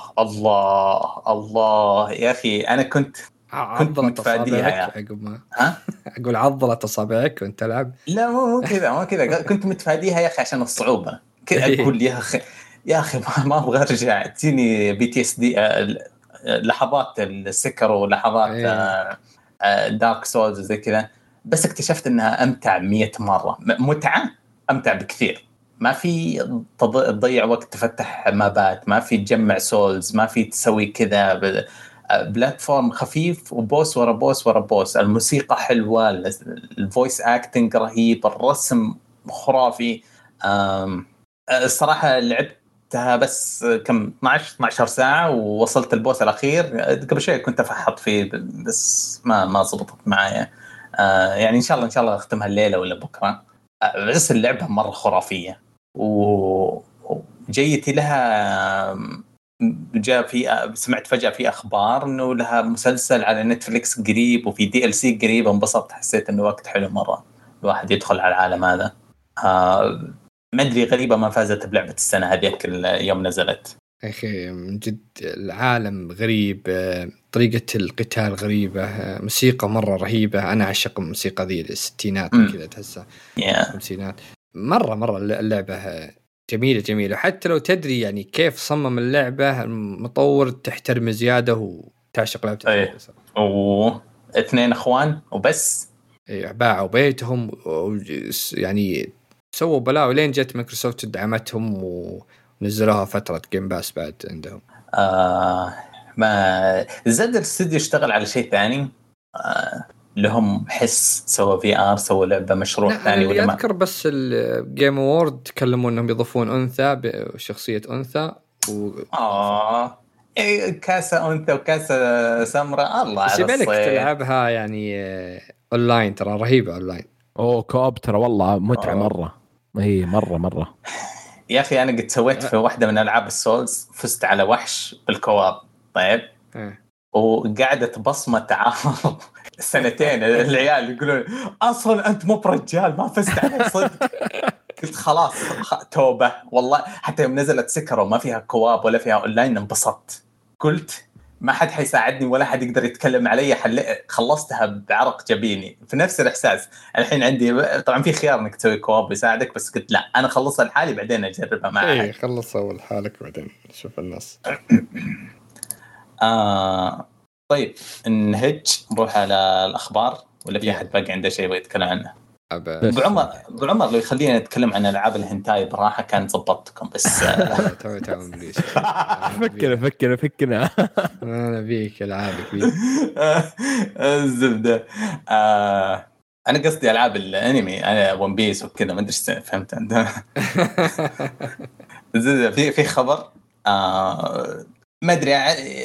الله يا أخي، أنا كنت متفاديها يا أخي. ها؟ أقول عضلة أصابعك وأنت تلعب. لا مو كذا كنت متفاديها يا أخي عشان الصعوبة. أقول يا أخي ما أبغى أرجع تيني PTSD، لحظات السكر ولحظات دارك سولز زي كذا. بس اكتشفت انها امتع 100 مرة، متعة امتع بكثير. ما في تضيع وقت تفتح مابات، ما في تجمع سولز، ما في تسوي كذا. بلاتفورم خفيف وبوس ورا بوس ورا بوس. الموسيقى حلوة، الفويس اكتنج رهيب، الرسم خرافي. الصراحة لعبتها بس كم 12 ساعة ووصلت البوس الأخير. قبل شوي كنت أفحط فيه بس ما زبطت معايا. يعني إن شاء الله أختمها الليلة ولا بكرة. بس اللعبة مرة خرافية، وجيتي لها. سمعت فجأة في أخبار إنه لها مسلسل على نتفليكس قريب، وفي DLC قريب. انبسطت، حسيت إنه وقت حلو مرة الواحد يدخل على العالم هذا. ما أدري، غريبة ما فازت بلعبة السنة هذيك اليوم نزلت. أخي من جد العالم غريب، طريقة القتال غريبة، موسيقى مرة رهيبة. أنا أعشق الموسيقى ذي الستينات كذا تحسها الخمسينات. مرة اللعبة جميلة. وحتى لو تدري يعني كيف صمم اللعبة المطور، تحترم زيادة وتعشق لعبة. اثنين أخوان وبس باعوا بيتهم يعني سووا بلاوي لين جت مايكروسوفت دعمتهم ونزلوها فترة جيم باس بعد عندهم. ما زاد الاستوديو اشتغل على شيء ثاني. لهم حس، سووا VR، سووا لعبة مشروع ثاني ولا ما أذكر. بس الجيم وورد تكلموا انهم يضيفون انثى بشخصية انثى كاسة انثى وكاسة سمراء. الله على الصيف تلعبها يعني اونلاين، ترى رهيبة اونلاين. كوب ترى والله متعة مرة. هي مرة يا اخي انا قد سويت في واحدة من العاب السولز، فزت على وحش بالكواب. طيب وقعدت بصمة تعارض سنتين. العيال يقولون اصلا انت مو برجال، ما فزت على صدق. قلت خلاص توبة والله. حتى يوم نزلت سكر وما فيها كواب ولا فيها اونلاين انبسطت. قلت ما حد حيساعدني ولا حد يقدر يتكلم علي. خلصتها بعرق جبيني. في نفس الإحساس الحين عندي. طبعا في خيار انك تسوي كواب يساعدك، بس قلت لا، انا خلصها لحالي بعدين اجربها معك. خلصها اول حالك بعدين شوف الناس. طيب نهج نروح على الاخبار، ولا في احد باقي عنده شيء يبغى يتكلم عنه؟ ابو عمر لو يخلينا نتكلم عن العاب الهنتاي براحه كان زبطتكم. بس تو بليز فكنا انا بيك العابك الزبده. انا قصدي العاب الانمي، انا ون بيس وكذا. ما ادري فهمت انت. في خبر ما ادري،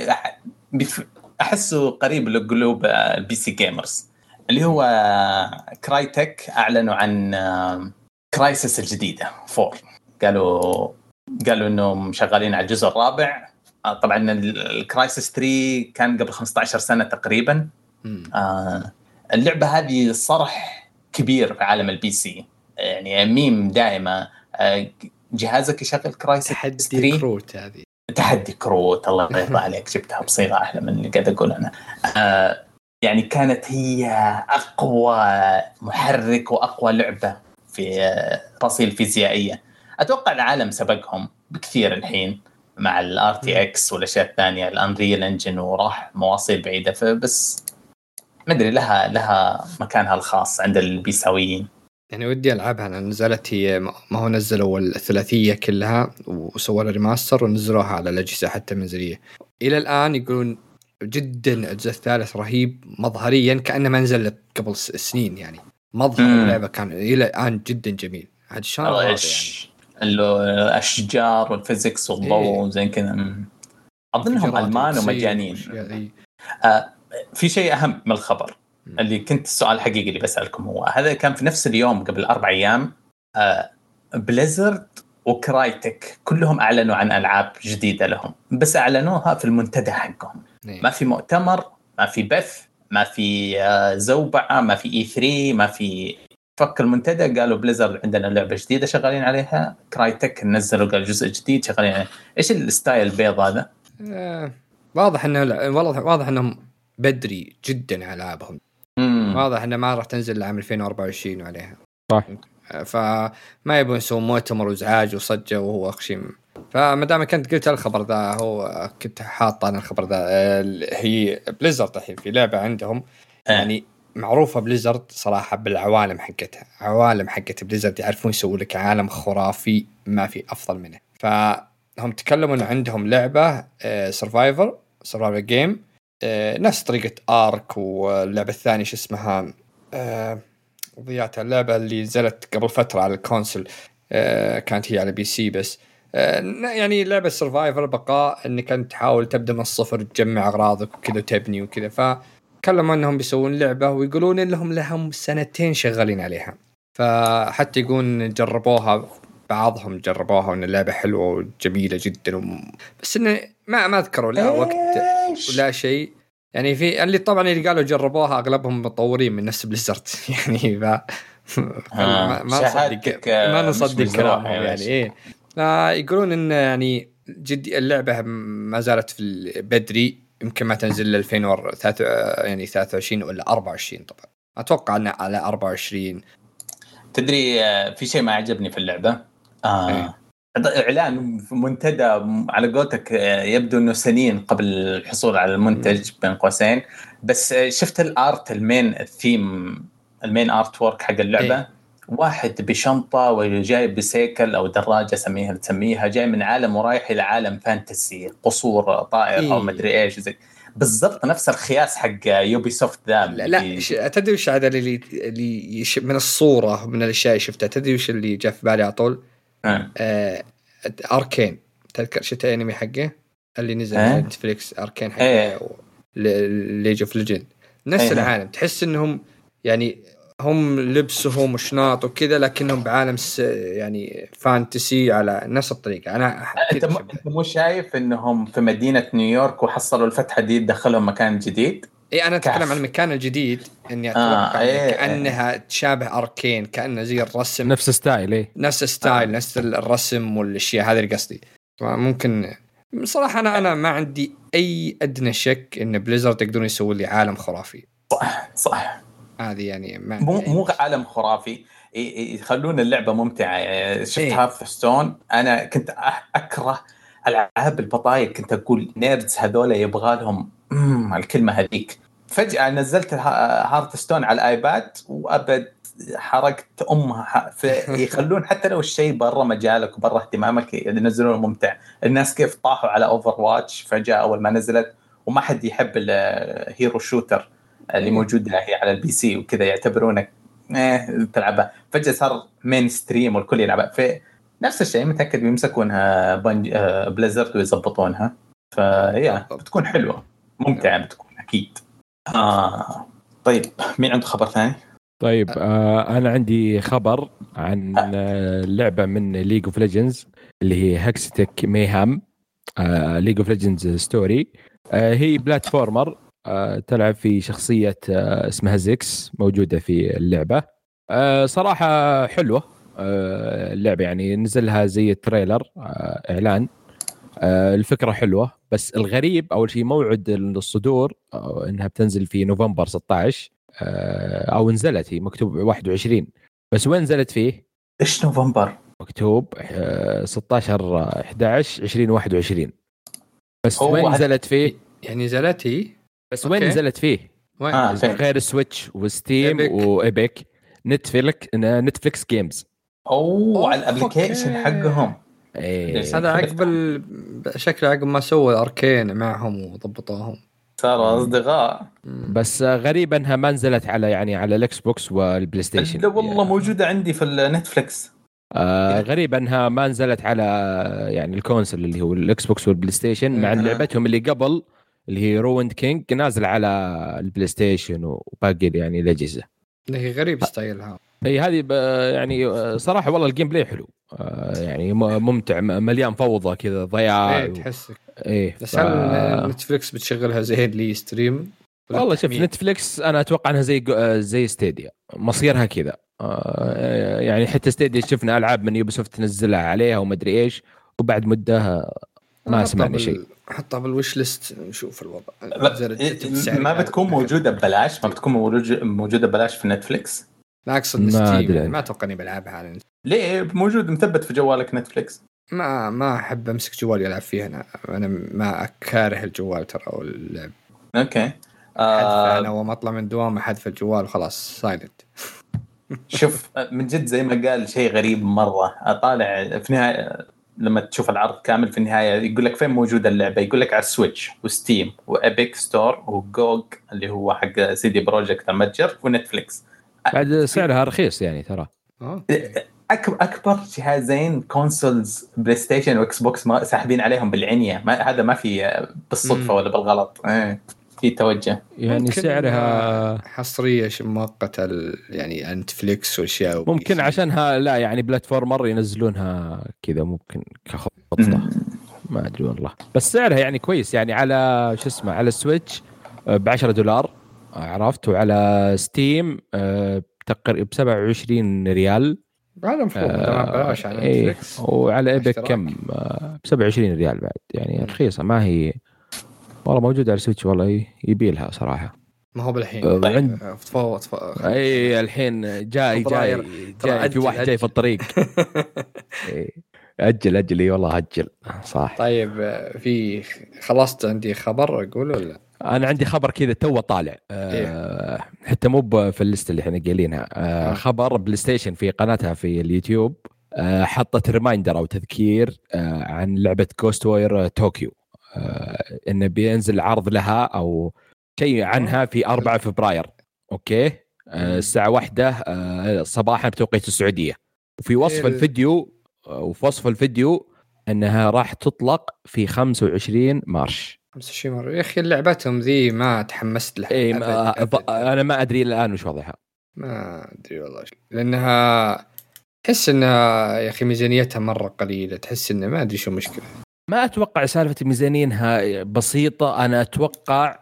احسه قريب لقلوب البي سي جيمرز، اللي هو كرايتك اعلنوا عن كرايسيس الجديده 4. قالوا انهم شغالين على الجزء الرابع. طبعا الكرايسيس 3 كان قبل 15 سنه تقريبا. اللعبه هذه صرح كبير في عالم البي سي، يعني ميم دائما. جهازك يشغل كرايسيس 3. تحدي كروت هذه، تحدي كروت. الله يرضى عليك، جبتها بصيغه احلى من اللي قاعد اقول انا. يعني كانت هي أقوى محرك وأقوى لعبة في فصيل فيزيائية. أتوقع العالم سبقهم بكثير الحين مع الRTX والأشياء الثانية، الأنريل إنجن، وراح مواصيل بعيدة. فبس ما أدري، لها مكانها الخاص عند البيساويين. يعني ودي ألعبها. أنا نزلت هي ما هو نزلوا الثلاثية كلها وسووا لها ريماستر ونزلوها على الأجهزة حتى منزلية. إلى الآن يقولون جدا الجزء الثالث رهيب مظهريا، كأنه ما نزل قبل سنين. يعني مظهر اللعبة كان إلى الآن جدا جميل. هذا شان يعني الأشجار والفيزيكس والضوء زي كذا. أظنهم ألمان ومجانين. في شيء أهم من الخبر اللي كنت السؤال الحقيقي اللي بسألكم هو هذا. كان في نفس اليوم قبل 4 أيام بليزرد وكرايتك كلهم اعلنوا عن العاب جديده لهم، بس اعلنوها في المنتدى حقهم. ما في مؤتمر، ما في بث، ما في زوبعه، ما في E3، ما في فك المنتدى. قالوا بليزرد عندنا لعبه جديده شغالين عليها، كرايتك نزلوا قال جزء جديد شغالين عليه. ايش الستايل البيض هذا؟ واضح انه واضح انهم بدري جدا على العابهم. واضح انه ما راح تنزل لعام 2024 عليها صح. فما يبون يسوون مؤتمر وازعاج وصجه وهو اخشم. فما دام كنت قلت الخبر ذا، هو كنت حاط انا الخبر ذا. هي بليزرد الحين في لعبه عندهم يعني معروفه بليزرد صراحه بالعوالم حقتها. عوالم حقت بليزرد يعرفون يسووا لك عالم خرافي ما في افضل منه. فهم تكلموا انه عندهم لعبه سرفايفر جيم نفس طريقه ارك، واللعبه الثانيه شو اسمها ضيعت اللعبة اللي نزلت قبل فترة على الكونسول، كانت هي على بي سي بس. يعني لعبة سرفايفر بقاء انك انت تحاول تبدأ من الصفر تجمع اغراضك وكذا وتبني وكذا. فكلموا انهم بيسوون لعبة ويقولون انهم لهم 2 شغالين عليها. فحتى يقولون جربوها، بعضهم جربوها وان اللعبة حلوة وجميلة جدا بس انه ما اذكروا لا وقت ولا شيء. يعني في اللي طبعا اللي قالوا جربوها اغلبهم مطورين من نفس بليزرد يعني ما نصدق كلامهم يعني ايه. يقولون ان يعني جدي اللعبه ما زالت في بدري، يمكن ما تنزل ل 2023 ولا 24. طبعا اتوقع انها على 24. تدري في شيء ما عجبني في اللعبه اعلان في منتدى على قولتك يبدو انه سنين قبل الحصول على المنتج بين قوسين، بس شفت الارت المين ارت وورك حق اللعبه واحد بشنطه وجاي بسيكل او دراجه تسميها جاي من عالم ورايح الى عالم فانتسي، قصور طائر او مدري ايش زي بالضبط نفس الخياس حق يوبي سوفت ذا. لا تدري وش هذا اللي من الصوره من الاشياء شفتها؟ تدري وش اللي جاء في بالي على طول؟ أركين. تذكر شفت انمي حقه اللي نزل على نتفليكس أركين حقه ليج اوف ليجند. نفس العالم، تحس انهم يعني هم لبسهم وشناط وكذا لكنهم بعالم يعني فانتسي على نفس الطريقه. انا انت مو شايف انهم في مدينه نيويورك وحصلوا الفتحه دي دخلهم مكان جديد؟ انا اتكلم عن المكان الجديد، اني اتوقع كانها تشابه أركين، كانه زي الرسم نفس ستايل نفس ستايل نفس الرسم والاشياء هذه اللي قصدي. ممكن صراحه انا ما عندي اي ادنى شك ان بليزرد يقدرون يسووا لي عالم خرافي. صح هذه يعني مو عالم خرافي، يخلون اللعبه ممتعه. شفت هارثستون، انا كنت اكره العاب البطايق، كنت اقول نيردز هذول يبغى لهم الكلمه هذيك. فجاه نزلت هارثستون على الايباد وابد حركت امها. يخلون حتى لو الشيء برا مجالك وبرا اهتمامك ينزلونه ممتع. الناس كيف طاحوا على اوفر واتش فجاه اول ما نزلت، وما حد يحب الهيرو شوتر اللي موجودة هي على البي سي وكذا، يعتبرونك تلعبها. فجأة صار مين ستريم والكل يلعبها. في نفس الشيء متأكد بيمسكونها بليزرد ويزبطونها، فهي بتكون حلوة ممتعة بتكون أكيد. طيب مين عنده خبر ثاني؟ طيب أنا عندي خبر عن لعبة من ليج اوف ليجندز اللي هي هكستك ميهام. ليج اوف ليجندز ستوري. هي بلاتفورمر، تلعب في شخصية اسمها زيكس موجودة في اللعبة. صراحة حلوة اللعبة، يعني نزلها زي التريلر إعلان. الفكرة حلوة، بس الغريب أول شيء موعد الصدور إنها بتنزل في نوفمبر 16 أو نزلت، هي مكتوب 21 بس وين نزلت فيه؟ إيش نوفمبر؟ مكتوب 16/11/2021 بس وين نزلت فيه؟ يعني نزلت هي بس وين نزلت فيه؟ غير سويتش وستيم وإيبك نتفليكس جيمز على الابليكيشن حقهم. هذا عقب شكله عقب ما سووا أركين معهم وضبطوهم صاروا أصدقاء. بس غريبا انها ما نزلت على على الاكس بوكس والبلاي ستيشن. لا والله موجودة عندي في النتفليكس. غريبا انها ما نزلت على الكونسول اللي هو الاكس بوكس والبلاي ستيشن، مع لعبتهم اللي قبل اللي هي رويند كينج نازل على البلاي ستيشن وباقي الاجهزه. هي غريب ستايلها. هي هذه صراحه والله الجيم بلاي حلو. يعني ممتع، مليان فوضى كذا ضياع. تحسك بس هل نتفليكس بتشغلها زي اللي ستريم؟ والله شوف نتفليكس انا اتوقع انها زي ستيديا مصيرها كذا. يعني حتى ستيديا شفنا العاب من يوبيسوفت تنزلها عليها وما ادري ايش، وبعد مده ما سمعنا شيء. حطها بالوش ليست نشوف الوضع. ما بتكون موجوده ببلاش، ما بتكون موجوده ببلاش في نتفليكس. لا اقصد ستيم، يعني ما اتوقع اني بلعبها على ليه موجود مثبت في جوالك نتفليكس؟ ما احب امسك جوالي العب فيه. انا ما اكاره الجوال ترى او اللعب. اوكي انا وما اطلع من دوام احذف الجوال وخلاص سايلنت. شوف من جد زي ما قال شيء غريب مره، اطالع في نهايه لما تشوف العرض كامل في النهايه يقول لك فين موجوده اللعبه، يقول لك على السويتش وستيم وابيك ستور وجوج اللي هو حق سي دي بروجكت المتجر ونتفليكس. بعد سعرها رخيص يعني ترى. اكبر جهازين كونسولز بلاي ستيشن واكس بوكس ما ساحبين عليهم بالعنيه، هذا ما في بالصدفه ولا بالغلط. في توجه يعني سعرها حصريه مؤقته يعني نتفليكس واشياء ممكن عشانها لا يعني بلاتفورمر ينزلونها كذا ممكن كخطه ما ادري والله. بس سعرها يعني كويس يعني على شو اسمه على السويتش $10 عرفت، وعلى ستيم تقريبا $27 هذا مفروض تمام بلاش على نتفليكس. وعلى ايبك كم $27 بعد يعني رخيصه ما هي والله موجوده على السويتش. والله يبيلها صراحه. ما هو بالحين تفاوض اي الحين جاي في واحد جاي في الطريق. اجل اي والله اجل صح. طيب في خلصت عندي خبر اقول ولا؟ انا عندي خبر كذا تو طالع حتى مو في الليست اللي احنا قايلينها. خبر بلاي ستيشن في قناتها في اليوتيوب حطت ريمايندر او تذكير عن لعبه جوست واير طوكيو، انه بينزل عرض لها او شيء عنها في 4 فبراير. اوكي الساعه 1 صباحا بتوقيت السعوديه. وفي وصف الفيديو انها راح تطلق في 25 مارش. 25 مارش يا اخي لعبتهم ذي ما تحمست لها. انا ما ادري الان وش وضعها، ما ادري والله، لانها تحس انها يا اخي ميزانيتها مره قليله، تحس انه ما ادري شو مشكله. ما اتوقع سالفه ميزانينها بسيطه، انا اتوقع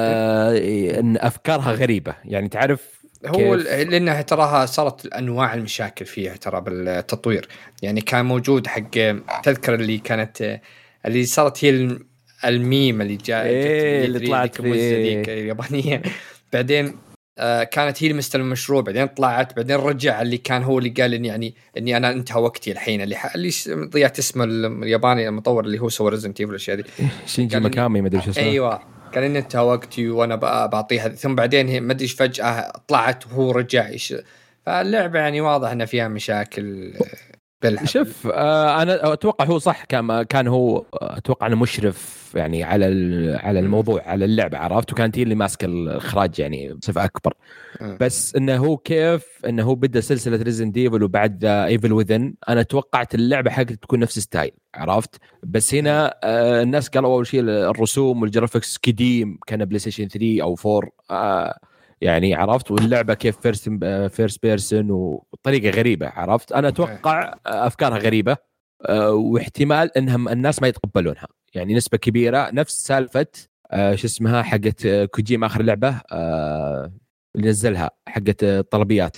ان افكارها غريبه يعني تعرف هو لانها تراها صارت انواع المشاكل فيها ترى بالتطوير. يعني كان موجود حق تذكر اللي كانت اللي صارت هي الميم اللي جاء اللي طلعت في اليابانيه بعدين كانت هي المستلم المشروع، بعدين طلعت بعدين رجع اللي كان هو اللي قال اني انا انتهى وقتي الحين، اللي ضيعت اسمه الياباني المطور اللي هو سوى ريزنت ايفل الاشياء دي شينجي ماكامي ما ادري شو اسمه. ايوه قال اني انتهى وقتي وانا بعطيها، ثم بعدين ما ادري فجاه طلعت وهو رجع فاللعبه يعني واضح ان فيها مشاكل. شوف انا اتوقع هو صح كان هو اتوقع انه مشرف يعني على الموضوع على اللعبه عرفت، وكانت هي اللي ماسكه الاخراج يعني بصفه اكبر. بس انه هو كيف انه هو بدا سلسله ريزنت ايفل وبعد ايفل وذن، انا توقعت اللعبه حقتها تكون نفس ستايل عرفت. بس هنا الناس قالوا اول شيء الرسوم والجرافيكس قديم كان بلاي ستيشن 3 او 4 يعني عرفت، واللعبه كيف فيرست بيرسون وطريقه غريبه عرفت. انا اتوقع افكارها غريبه واحتمال انهم الناس ما يتقبلونها يعني نسبه كبيره، نفس سالفه شو اسمها حقت كوجيما اخر لعبه اللي نزلها حقت الطلبيات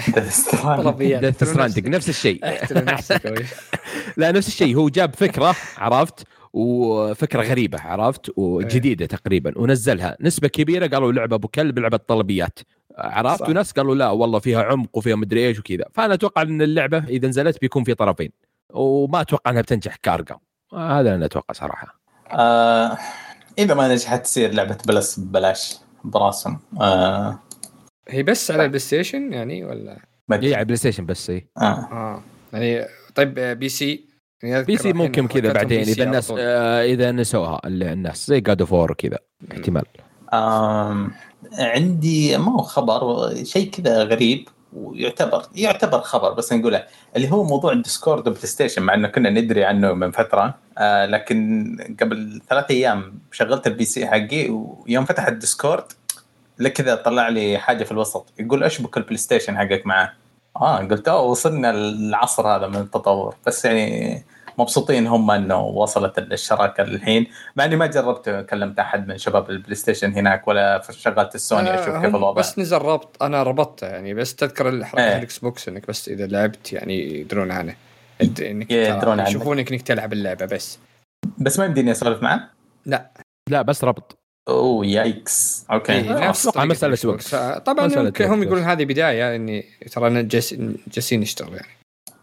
ديث ستراندنج نفس الشيء. لا نفس الشيء، هو جاب فكره عرفت وفكرة غريبة عرفت وجديدة تقريبا ونزلها، نسبة كبيرة قالوا لعبة أبو كلب لعبة طلبيات عرفت صح. وناس قالوا لا والله فيها عمق وفيها مدري إيش وكذا. فأنا أتوقع أن اللعبة إذا نزلت بيكون في طرفين، وما أتوقع أنها بتنجح كارقام. هذا أنا أتوقع صراحة. إذا ما نجحت تصير لعبة ببلاش براسم. هي بس على البلاي ستيشن يعني ولا؟ هي على بلاي ستيشن بس هي. يعني طيب بي سي ممكن كذا بعدين اذا الناس اذا نسوها الناس زي God of War كذا احتمال. عندي ما هو خبر شيء كذا غريب ويعتبر خبر بس نقوله، اللي هو موضوع الديسكورد بلاي ستيشن، مع انه كنا ندري عنه من فتره لكن قبل 3 أيام شغلت البي سي حقي ويوم فتح الديسكورد لكذا طلع لي حاجه في الوسط يقول اشبك البلاي ستيشن حقك معه. قلت وصلنا العصر هذا من التطور، بس يعني مبسوطين هم انه وصلت الشراكه الحين، مع اني ما جربت كلمت احد من شباب البلاي ستيشن هناك ولا شغلت السوني اشوف كيف الوضع. بس نزل ربط، انا ربطته يعني، بس تذكر الحركه الاكس بوكس انك بس اذا لعبت يعني يدرون عنه، انك يشوفونك انك تلعب اللعبه بس ما يمديني اسولف معه. لا بس ربط. يايكس اوكي. نفس مساله سوكس طبعا. هم يقولون هذه بدايه اني ترى جالسين نشتغل يعني.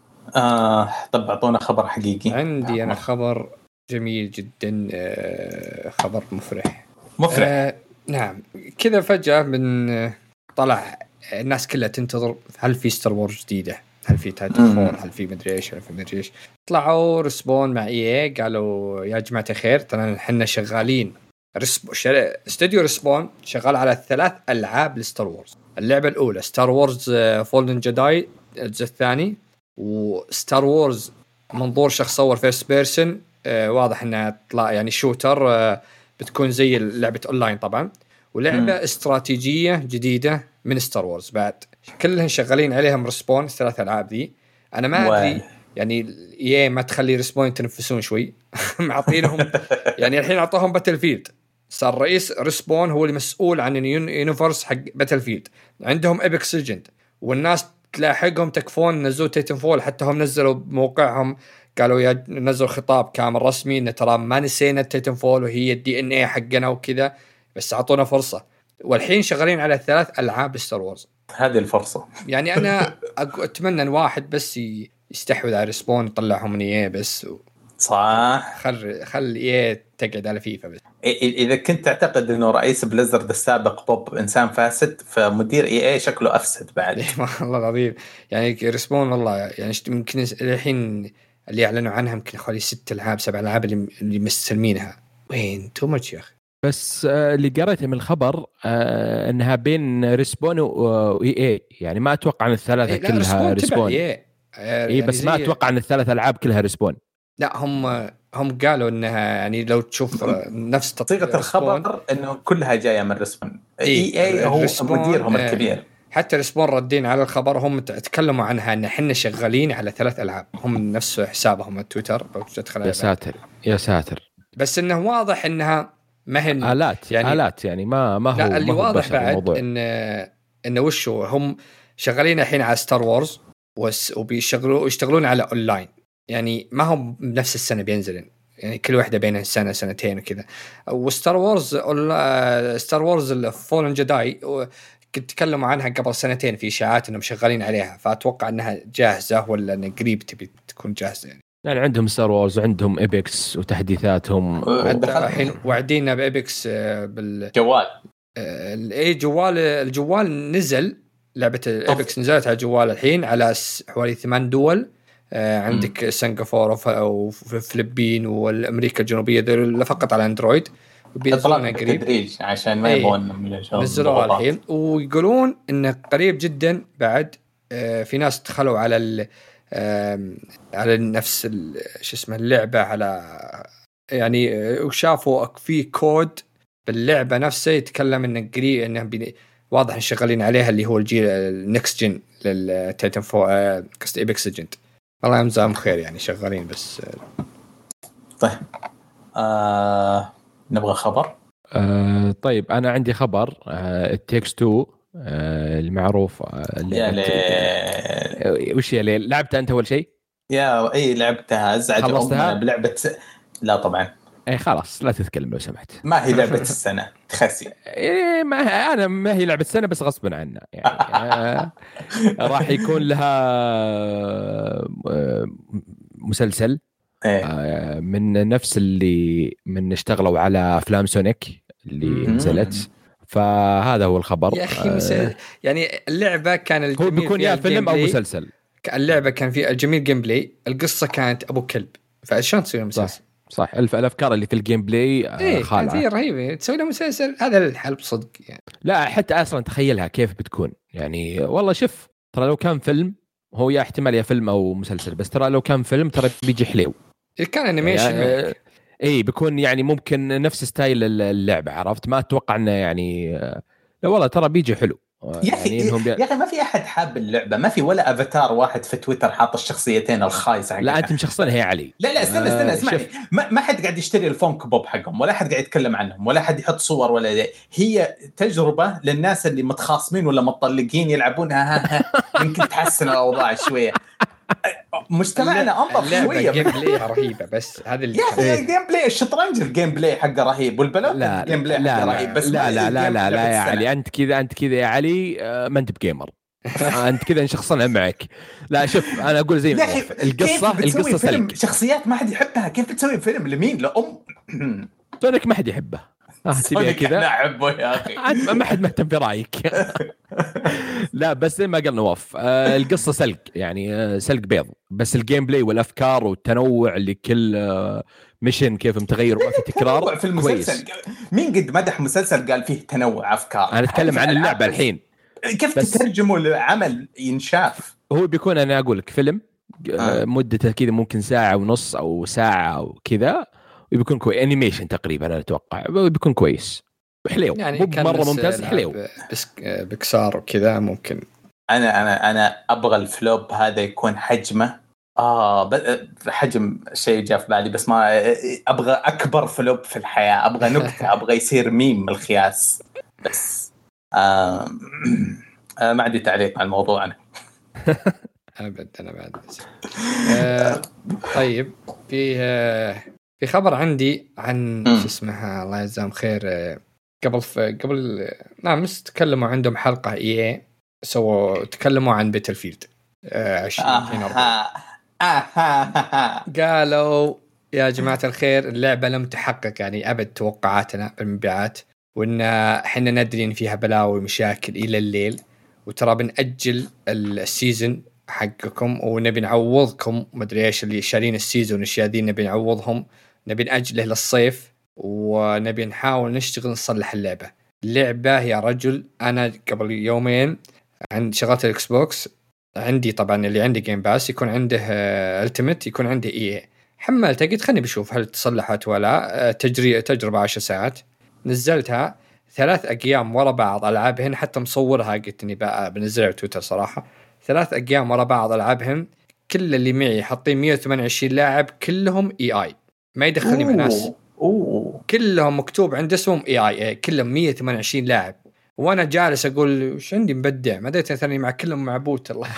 طب اعطونا خبر حقيقي. عندي انا خبر جميل جدا، خبر مفرح. نعم، كذا فجأة من طلع الناس كلها تنتظر هل في ستار وورز جديدة، هل في تايتن فول، هل في مدري ايش. طلعوا ريسبون مع اي قالوا يا جماعة الخير ترى احنا شغالين، استوديو ريسبون شغال على 3 ألعاب لستار وورز. اللعبة الأولى ستار وورز فولدن جداي الجزء الثاني، وستار وورز منظور شخص صور فيرست بيرسون، واضح انها تطلع يعني شوتر، بتكون زي لعبة اونلاين طبعا، ولعبة استراتيجية جديدة من ستار وورز بعد، كلهم شغالين عليهم ريسبون 3 ألعاب دي. انا ما ادري يعني ما تخلي ريسبون يتنفسون شوي معطينهم يعني الحين اعطوهم باتل فيلد، صار رئيس ريسبون هو المسؤول عن اليونيفرس حق باتل فيلد، عندهم ايبك ليجند والناس تلاحقهم تكفون، نزلوا تايتن فول، حتى هم نزلوا بموقعهم قالوا نزلوا خطاب كامل رسمي ان ترى ما نسينا تايتن فول وهي الدي ان اي حقنا وكذا، بس اعطونا فرصة، والحين شغالين على 3 ألعاب ستار وورز. هذه الفرصة يعني انا اتمنى ان واحد بس يستحوذ على ريسبون يطلعهم من ايه بس صح، خل ايه تقعد على فيفا بس. اذا كنت تعتقد انه رئيس بليزرد السابق بوب انسان فاسد، فمدير اي شكله افسد بعد. والله العظيم يعني ريسبون والله يعني يمكن الحين اللي اعلنوا عنها يمكن حوالي 6 ألعاب 7 ألعاب اللي مستلمينها، وين تو ماتش يا اخي. بس اللي قريته من الخبر انها بين ريسبون واي يعني ما اتوقع ان الثلاثه كلها ريسبون. يعني بس ما اتوقع ان ال3 ألعاب كلها ريسبون. لا هم قالوا انها يعني لو تشوف نفس صيغه الخبر انه كلها جايه من ريسبون. اي هو مديرهم الكبير. حتى ريسبون ردين على الخبر، هم تكلموا عنها ان احنا شغالين على 3 ألعاب، هم نفس حسابهم التويتر تدخل. يا ساتر بس انه واضح انها ما هي آلات يعني ما هو لا اللي ما هو واضح بعد الموضوع. ان وشو هم شغالين الحين على ستار وورز ويشتغلون على اونلاين، يعني ما هم بنفس السنه بينزلن، يعني كل واحده بين سنه سنتين وكذا. وستار وورز فولن جداي كنت تكلموا عنها قبل 2 في اشاعات انهم شغالين عليها، فاتوقع انها جاهزه ولا ان قريب تبي تكون جاهزه يعني عندهم ستار وورز وعندهم ايبكس وتحديثاتهم الحين وعدينا بايبكس بالجوال. الجوال نزل، لعبه ايبكس نزلت على الجوال الحين على حوالي 8 دول. عندك سنغافورة وفلبين والأمريكا الجنوبية ذول فقط على أندرويد، وبينزلونها قريب عشان ما يبون نزلوها الحين، ويقولون إنه قريب جدا بعد. في ناس دخلوا على نفس شو اسمه اللعبة على يعني وشافوا في كود باللعبة نفسه يتكلم إنه قريب، إنه واضح إن شغالين عليها اللي هو الجيل النكست جن للتايتن فو كست ايبكس ليجند. والله يمزام خير يعني شغالين بس. طيب نبغى خبر. طيب أنا عندي خبر التيكس 2 المعروف. وش يا ليل لعبتها أنت أول شيء؟ أي لعبتها أزعج خلصتها بلعبة لا طبعا. اي خلاص لا تتكلم لو سمحت. ما هي لعبة السنة تخسي. ما هي لعبة السنة بس غصبا عنا يعني. راح يكون لها مسلسل من نفس اللي من اشتغلوا على أفلام سونيك اللي نزلت، فهذا هو الخبر يا أخي. يعني اللعبة كان الجميل هو بيكون يا فيلم أو مسلسل. اللعبة كان فيها الجميل جيم بلاي، القصة كانت أبو كلب، فعشان تسوي مسلسل صح الافكار اللي في الجيم بلاي خالعه هذه رهيبه، تسوي له مسلسل هذا الحل بصدق يعني. لا حتى اصلا تخيلها كيف بتكون يعني. والله شوف ترى لو كان فيلم هو يا احتمال يا فيلم او مسلسل، بس ترى لو كان فيلم ترى بيجي حلو. كان انيميشن يعني بيكون يعني ممكن نفس ستايل اللعبه، عرفت؟ ما اتوقع انه يعني لا والله ترى بيجي حلو يعني يا اخي ما في احد حاب اللعبه، ما في ولا افاتار واحد في تويتر حاط الشخصيتين الخايسه. لا انت مشخصنها يا علي. لا استنى اسمعني، ما حد قاعد يشتري الفونك بوب حقهم، ولا حد قاعد يتكلم عنهم، ولا حد يحط صور، ولا دي. هي تجربه للناس اللي متخاصمين ولا مطلقين يلعبونها، يمكن تحسن الاوضاع شويه. مجتمعنا انظف شويه. جيم بلاي رهيبه، بس هذا اللي الجيم بلاي، الشطرنج الجيم بلاي حقه رهيب، والبلوت الجيم بلاي حقه رهيب. بس لا يا علي، انت كذا يا علي، ما انت بجيمر. انت كذا نشخصنها معك. لا شوف انا اقول زي ما القصه سلك، شخصيات ما حد يحبها، كيف بتسوي فيلم لمين؟ لأم سونيك ما حد يحبه. تبيها كذا؟ انا احبه يا اخي. ما حد مهتم في رايك. لا بس زي ما قال نواف، القصه سلك، يعني سلك بيض، بس الجيم بلاي والافكار والتنوع لكل ميشن كيف متغير وما في تكرار في المسلسل. مين قد مدح مسلسل قال فيه تنوع افكار؟ انا اتكلم عن اللعبه الحين. كيف تترجمه لعمل ينشاف؟ هو بيكون انا اقول لك فيلم مدته كذا ممكن ساعه ونص او ساعه او كذا، وبيكون كويس. انيميشن تقريبا انا اتوقع بيكون كويس حليو، يعني مو مره ممتاز، حليو. بكسار وكذا ممكن. انا ابغى الفلوب هذا يكون حجمه حجم شيء جاء في بالي، بس ما ابغى اكبر فلوب في الحياه، ابغى نكته، ابغى يصير ميم الخياس. بس ما عندي تعليق على الموضوع انا. انا بعد طيب في خبر عندي عن شو اسمها، الله يجزاهم خير. قبل نعم تكلموا عندهم حلقة EA تكلموا عن بيتلفيلد 2044. قالوا يا جماعة الخير اللعبة لم تحقق يعني أبد توقعاتنا بالمبيعات، وإن إحنا ندري إن فيها بلاوي ومشاكل إلى الليل، وترى بنأجل السيزن حقكم ونبي نعوضكم مدري إيش اللي شارين السيزون والأشياء دي، نبي نعوضهم، نبي نأجله للصيف، ونبي نحاول نشتغل نصلح اللعبة يا رجل. أنا قبل يومين عند شغلت الإكس بوكس، عندي طبعا اللي عندي جيم باس يكون عنده التيمت، يكون عنده EA، حملتها قلت خلني بشوف هل تصلحت ولا تجربة 10 ساعات. نزلتها 3 أيام ورا بعض ألعابهن، حتى مصورها قلت إني بقى بنزلها على تويتر صراحة. 3 أيام ورا بعض ألعابهن، كل اللي معي حاطين 128 لاعب، كلهم EI، ما يدخلني مع ناس. كلهم مكتوب عند اسمهم EI، كلهم 128 لاعب، وانا جالس اقول وش عندي مبدع، ما ادري ثاني مع كلهم معبوت الله.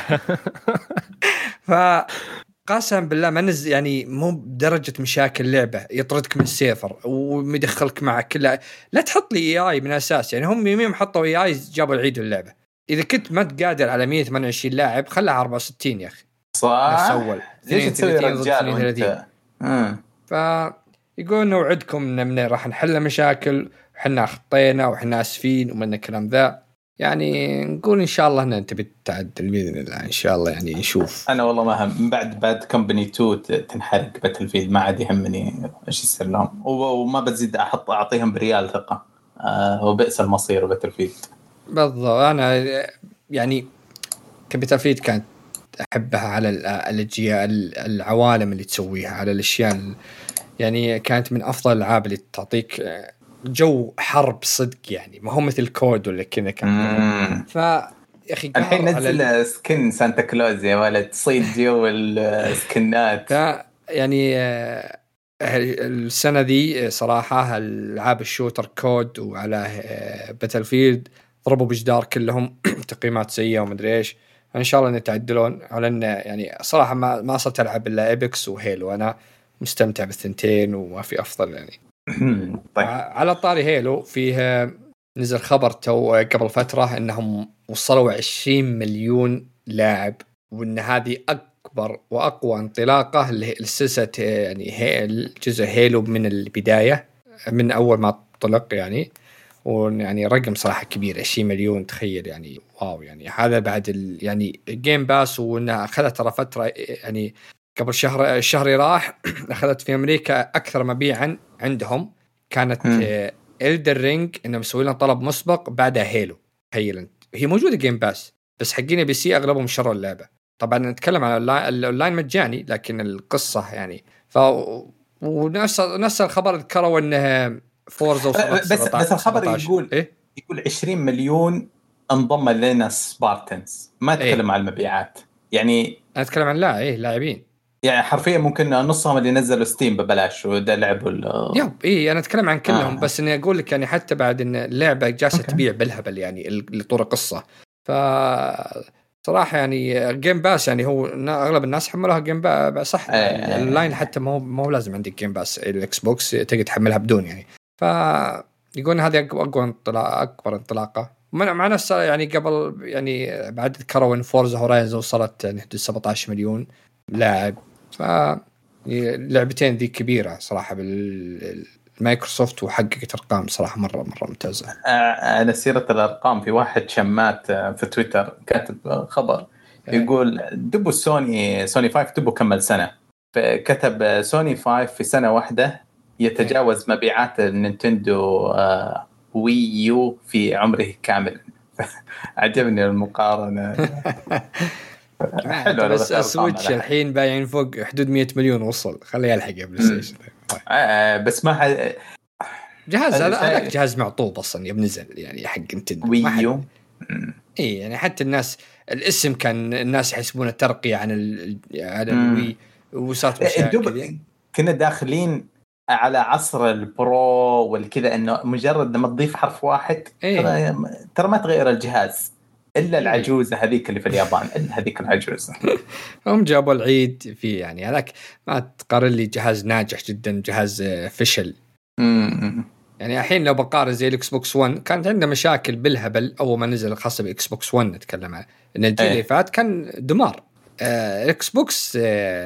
فقسم بالله ما يعني مو بدرجه مشاكل لعبه يطردك من السيرفر ومدخلك مع كلها. لا تحط لي EI من اساس، يعني هم يوم حطوا EI جابوا العيد اللعبه. اذا كنت ما تقادر على 128 لاعب خلها 64 يا اخي، صح اول ليش تسوي رجال وانت يقول نوعدكم من راح نحل مشاكل، وحنا خطينا وحنا اسفين ومن الكلام ذا. يعني نقول ان شاء الله ان انت بتعدل باذن الله ان شاء الله. يعني نشوف. انا والله ما هم بعد كومباني 2 تنحرق باتلفيلد ما عاد يهمني ايش يصير لهم، وما بزيد اعطيهم بريال ثقه. وبئس المصير باتلفيلد بالضبط. انا يعني باتلفيلد كانت احبها على العوالم اللي تسويها، على الاشياء يعني كانت من افضل الالعاب اللي تعطيك جو حرب صدق، يعني ما هو مثل كود ولا كذا كان. يا اخي الحين نزل سكن سانتا كلوز يا ولد، صيد جو السكنات. يعني السنه دي صراحه العاب الشوتر كود وعلى باتلفيلد ضربوا بجدار كلهم تقييمات سيئه ومدري ايش. ان شاء الله نتعدلون، على ان يعني صراحه ما صرت العب الا ايبكس وهيلو، انا مستمتع بالثنتين وما في افضل يعني. طيب. على طاري هيلو، فيه نزل خبر قبل فترة انهم وصلوا 20 مليون لاعب، وان هذه اكبر واقوى انطلاقة لسلسلة يعني جزء هيلو من البداية، من اول ما طلق يعني. ويعني رقم صراحة كبير 20 مليون، تخيل يعني واو. يعني هذا بعد يعني جيم باس، وانها اخذت ترى فترة يعني قبل الشهر راح أخذت في أمريكا أكثر مبيعاً عندهم كانت إلدر رينج، إنهم مسوي لنا طلب مسبق بعدها هيلو. تخيل هي موجودة جيم باس، بس حقين بي سي أغلبهم شروا اللعبة. طبعاً نتكلم عن الأونلاين مجاني، لكن القصة يعني ونفس الخبر ذكروا إنه فورزا بس الخبر يقول 20 مليون انضم لنا سبارتنز، ما اتكلم عن المبيعات يعني. انا اتكلم عن لاعبين يعني حرفيا ممكن نصهم اللي نزلوا ستيم ببلاش وده لعبوا انا اتكلم عن كلهم. بس اني اقول لك يعني حتى بعد ان اللعبه جالسه تبيع بالهبل يعني لطول القصه. ف صراحه يعني جيم باس يعني هو اغلب الناس حملوها جيم باس صح. اللاين حتى ما هو لازم عندك جيم باس الاكس بوكس تقدر تحملها بدون يعني. ف يقولون هذه اكبر انطلاقه مع نفسها يعني. قبل يعني بعد كروين فورزا هورايزن وصلت يعني 17 مليون لاعب. ف اللعبتين ذي كبيرة صراحة بالمايكروسوفت وحققت أرقام صراحة مرة ممتازة. على سيرة الأرقام، في واحد شمات في تويتر كاتب خبر يقول دبوا سوني 5 دبوا كمل سنة، فكتب سوني 5 في سنة واحدة يتجاوز مبيعات النينتندو وي يو في عمره كامل. عجبني المقارنة. حلو. بس سويتش الحين باين فوق حدود 100 مليون وصل، خليه يلحق بلاي ستيشن. بس ما جهاز هذا جهاز معطوب اصلا يبنزل يعني حق نينتندو ويو. يعني حتى الناس الاسم كان الناس يحسبونه ترقية عن الوي وصارت مشاكل. كنا داخلين على عصر البرو والكذا، انه مجرد لما تضيف حرف واحد ترى ما تغير الجهاز الا العجوزه هذيك اللي في اليابان، الا هذيك العجوزه. هم جابوا العيد فيه يعني. هذاك ما تقارن لي جهاز ناجح جدا جهاز فشل. يعني الحين لو بقارن زي الاكس بوكس 1 كانت عنده مشاكل بالهبل اول ما نزل، الخاصه باكس بوكس 1 نتكلم عنه ان الجيل اللي فات كان دمار. الاكس بوكس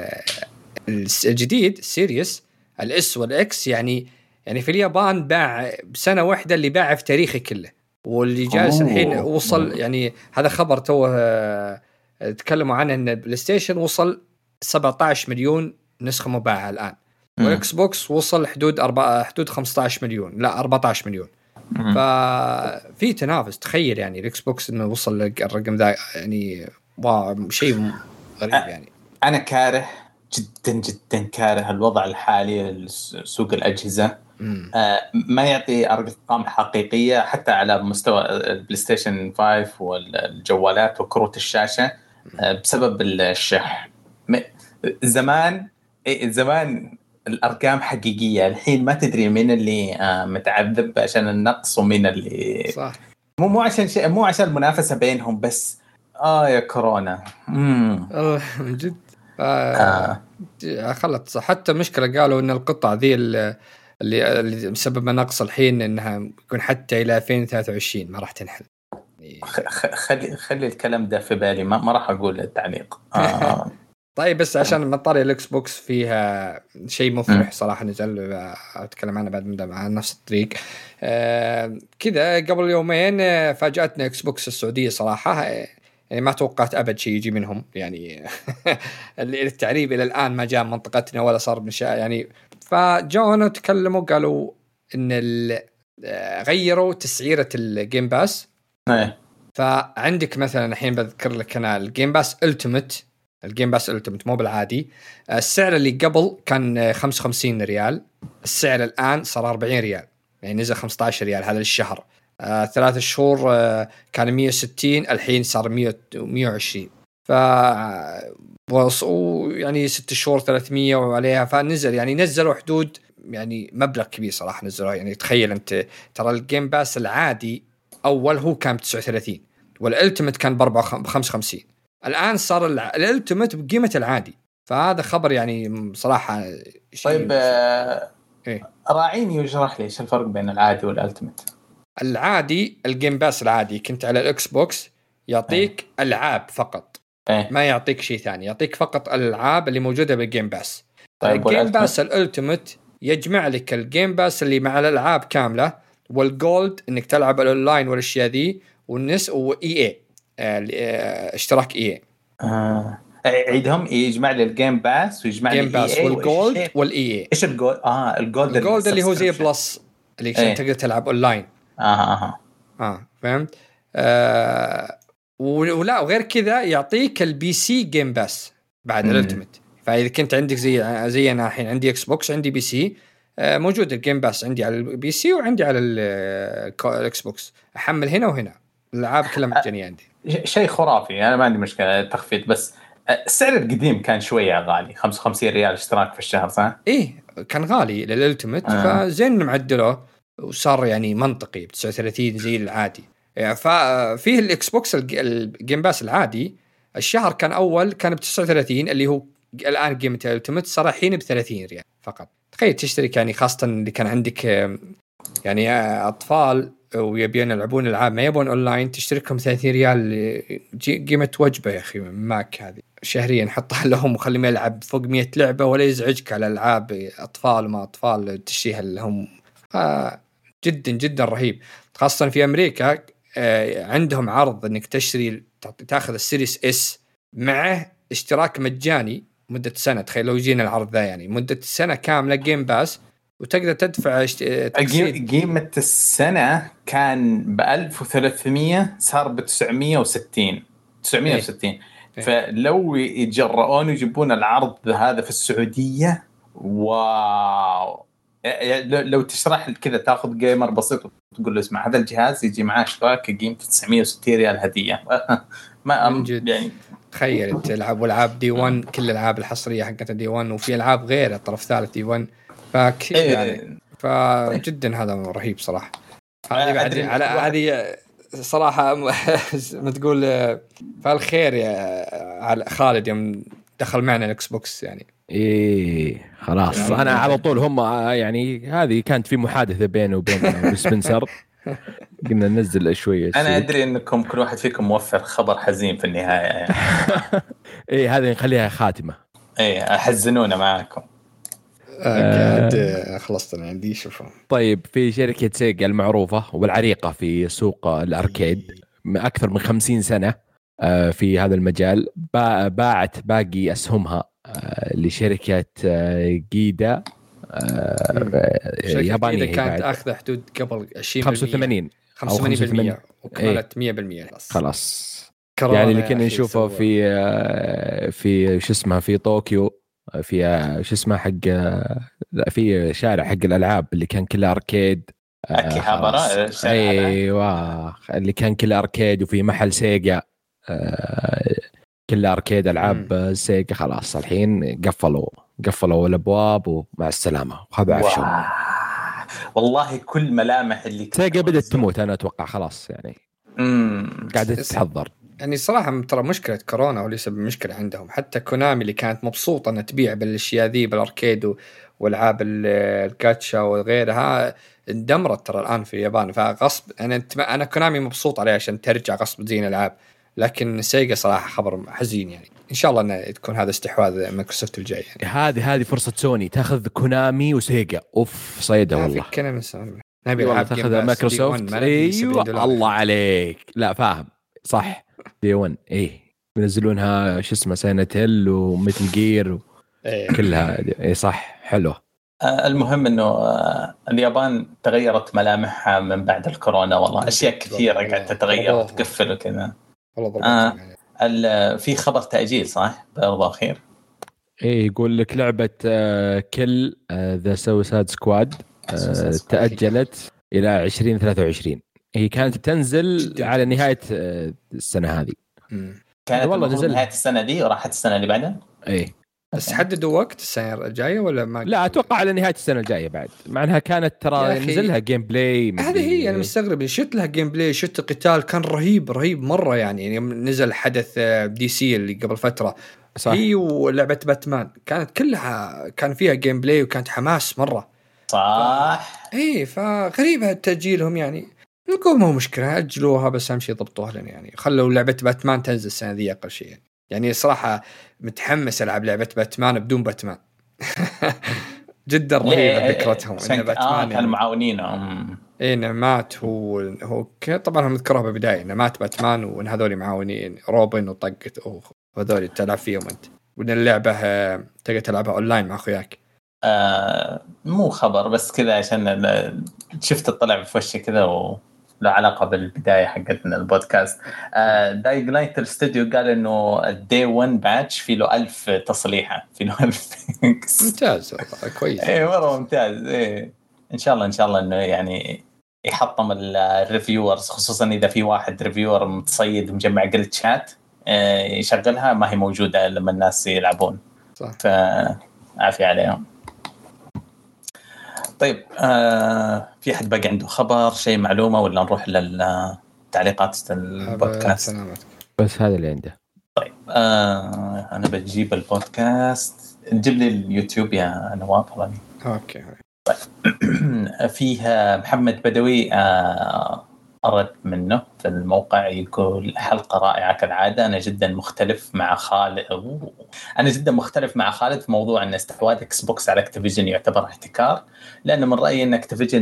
الجديد سيريس الاس والاكس يعني في اليابان باع بسنه واحده اللي باع في تاريخه كله، واللي جالس الحين وصل يعني هذا خبر توه تكلموا عنه ان البلاي ستيشن وصل 17 مليون نسخه مباعه الان، والاكس بوكس وصل حدود 15 مليون لا 14 مليون. ففي تنافس. تخيل يعني الاكس بوكس انه وصل الرقم ذا يعني شيء غريب يعني. انا كاره جدا كاره الوضع الحالي لسوق الأجهزة. ما يعطي أرقام حقيقية حتى على مستوى البلاي ستيشن 5 والجوالات وكروت الشاشة بسبب الشح. زمان الأرقام حقيقية، الحين ما تدري مين اللي متعذب عشان النقص ومين اللي صح. مو عشان شيء، مو عشان المنافسة بينهم بس يا كورونا. من جد خلت حتى مشكلة. قالوا إن القطع ذي اللي مسبب نقص الحين إنها يكون حتى إلى 2023 ما راح تنحل. خلي الكلام ده في بالي، ما راح أقول التعليق. طيب بس عشان مطاري الإكس بوكس فيها شيء مفرح صراحة نزل أتكلم عنه بعد من عن نفس الطريق. كذا قبل يومين فاجأتنا إكس بوكس السعودية صراحة. يعني ما توقعت أبد شيء يجي منهم يعني. التعريب إلى الآن ما جاء منطقتنا ولا صار بنشاء يعني. فجاءوا تكلموا قالوا إن غيروا تسعيرة الجيم باس. فعندك مثلا الحين بذكر لك أنا الجيم باس ألتيمت مو بالعادي. السعر اللي قبل كان 55 ريال، السعر الآن صار 40 ريال يعني نزل 15 ريال هذا الشهر. 3 شهور كان 160 الحين صار 120. ف يعني 6 شهور 300 وعليها. فنزل يعني نزلوا حدود يعني مبلغ كبير صراحة نزلوا. يعني تخيل أنت ترى الجيم باس العادي أول هو كان 39 والألتيمت كان ب 55. الآن صار الألتيمت بقيمة العادي. فهذا خبر يعني صراحة طيب راعيني يشرح لي ايش الفرق بين العادي والألتيمت. العادي الجيم باس العادي كنت على الإكس بوكس يعطيك ألعاب فقط. ما يعطيك شيء ثاني، يعطيك فقط الألعاب اللي موجودة بالجيم باس. طيب الجيم باس الألتيمت يجمع لك الجيم باس اللي مع الألعاب كاملة والجولد إنك تلعب الأونلاين والأشياء ذي والنس وإي اشتراك إي عيدهم يجمع لي الجيم باس ويجمع لي الجيم باس والجولد والإي. إيش الجولد؟ الجولد اللي هو زي بلس اللي عشان تقدر تلعب أونلاين. فهمت. ولا وغير كذا يعطيك البي سي جيم باس بعد الالتيميت. فاذا كنت عندك زي انا الحين عندي اكس بوكس عندي بي سي موجود الجيم باس عندي على البي سي وعندي على الاكس بوكس، احمل هنا وهنا الالعاب كلها مجانيه عندي. شيء خرافي، انا ما عندي مشكله تخفيض، بس السعر القديم كان شويه غالي، 55 ريال اشتراك في الشهر صح؟ ايه كان غالي للالتيميت فزين معدله وصار يعني منطقي ب 39 زي العادي يعني. ففيه الاكس بوكس الجيم باس العادي الشهر كان اول كان ب 39 اللي هو الان قيمه الالتيميت صار الحين ب 30 ريال فقط. تخيل تشترك يعني، خاصه اللي كان عندك يعني اطفال ويبين يلعبون العاب ما يبون اونلاين، تشتركهم 30 ريال قيمه وجبه يا اخي ماك هذه شهريا حطها لهم وخليهم يلعب فوق 100 لعبه ولا يزعجك على العاب اطفال وما اطفال تشتريها لهم. جدا جدا رهيب. خاصه في امريكا عندهم عرض انك تشتري تاخذ السيريس اس معه اشتراك مجاني مده سنه. تخيل لو يجينا العرض ذا يعني مده سنه كامله جيم باس وتقدر تدفع قيمة السنة كان ب 1300 صار ب 960 960. فلو يتجرؤون يجيبون العرض هذا في السعودية واو. لو تشرح كذا تاخذ جيمر بسيط وتقول له اسمع هذا الجهاز يجي معاه اشتراك قيمته 960 ريال هدية. ما يعني تخيل تلعب والعاب دي 1 كل الالعاب الحصرية حقت دي 1 وفي العاب غير الطرف الثالث دي 1 فكثير يعني. فجدا هذا رهيب صراحة. هذه على هذه صراحة ما تقول فالخير يا خالد يوم دخل معنا الاكس بوكس يعني. ايه خلاص يعني انا على طول هم يعني هذه كانت في محادثة بينه وبين سبنسر قلنا ننزل شوية. انا ادري انكم كل واحد فيكم موفر خبر حزين في النهاية يعني. ايه هذه نخليها خاتمة. ايه احزنونا معاكم. خلصنا عندي شوفوا. طيب في شركة سيجا المعروفة والعريقة في سوق الأركيد أكثر من 50 سنة في هذا المجال باعت باقي أسهمها لشركة جيدا يابانية كانت أخذ حدود قبل 85% وكملت 100% خلاص يعني اللي كنا نشوفه في شو اسمها في طوكيو في شو اسمه حق في شارع حق الألعاب اللي كان كله أركيد أكيهابارا. أيوة اللي كان كله أركيد وفي محل سيجا كله أركيد ألعاب سيجا. خلاص الحين قفلوا الأبواب ومع السلامة وهذا عفشهم. والله كل ملامح اللي سيجا بدأت تموت أنا أتوقع خلاص يعني قاعدة تتحضر يعني صراحة. ترى مشكلة كورونا هو ليس بمشكلة عندهم. حتى كونامي اللي كانت مبسوطة أن تبيع بالأشياء ذي بالأركيد والألعاب الكاتشا وغيرها اندمرت ترى الآن في اليابان. فغصب أنا كونامي مبسوط عليه عشان ترجع غصب زين الألعاب. لكن سيجا صراحة خبر حزين يعني. إن شاء الله أن تكون هذا استحواذ مايكروسوفت الجاي يعني. هذه فرصة سوني تأخذ كونامي وسيجا. صيدة والله. كنا نبي ألعاب تأخذ مايكروسوفت. أيوة الله عليك. لا فاهم صح. دي 1 ايه ينزلونها شو اسمه ساينتيل وميتل جير كلها ايه صح حلوه. المهم انه اليابان تغيرت ملامحها من بعد الكورونا والله. اشياء كثيره قاعده تتغير وتقفل وكذا. في خبر تاجيل صح برضه اخير. ايه يقول لك لعبه كل ذا سوسايد سكواد تاجلت الى 2023. هي كانت تنزل على نهاية السنة هذه. كانت والله نزل نهاية السنة دي وراحت السنة اللي بعدها. ايه بس حددوا وقت السنة الجاية ولا ما؟ لا أتوقع على نهاية السنة الجاية بعد. مع أنها كانت ترى نزلها جيم بلاي. هذه هي أنا مستغرب شفت لها جيم بلاي شفت القتال كان رهيب مرة يعني نزل حدث دي سي اللي قبل فترة صح. هي ولعبة باتمان كانت كلها كان فيها جيم بلاي وكانت حماس مرة صح. ايه فغريبة تأجيلهم يعني. نقول ما هو مشكلة أجلوها بس أهم شيء ضبطوها لنا يعني. خلوا لعبة باتمان تنزل السنة ذي أقل شيء يعني. صراحة متحمس ألعب لعبة باتمان بدون باتمان. جدا رهيبة فكرتهم إن باتمان كانوا معاونينهم. إيه مات هو طبعا هم ذكروها بالبداية إن مات باتمان وإن هذول معاونين روبن وطقت وهذول تلعب فيهم أنت وإن اللعبة تقدر تلعبها أونلاين مع أخوياك. مو خبر بس كذا عشان شفت الطلع في وشي كذا وله علاقة بالبداية حقتنا البودكاست. دايغ لايت الاستوديو قال إنه الدي 1 باتش في له 1000 تصليحة في له 1000 ممتاز كويس. إيه مرة ممتاز. إيه إن شاء الله إنه يعني يحطم الريفيورز، خصوصا اذا في واحد ريفيور متصيد مجمع جلتشات يشغلها، ما هي موجوده لما الناس يلعبون. صح. فعافية عليهم. طيب في حد باقي عنده خبر شيء معلومه ولا نروح للتعليقات البودكاست؟ بس هذا اللي عنده. طيب انا بجيب البودكاست، نجيب لي اليوتيوب يا نواف. اوكي. فيها محمد بدوي أرد منه في الموقع، يقول حلقة رائعة كالعادة. أنا جدا مختلف مع خالد في موضوع أن استحواذ إكس بوكس على أكتيفيجن يعتبر احتكار، لأن من رأيي أن أكتيفيجن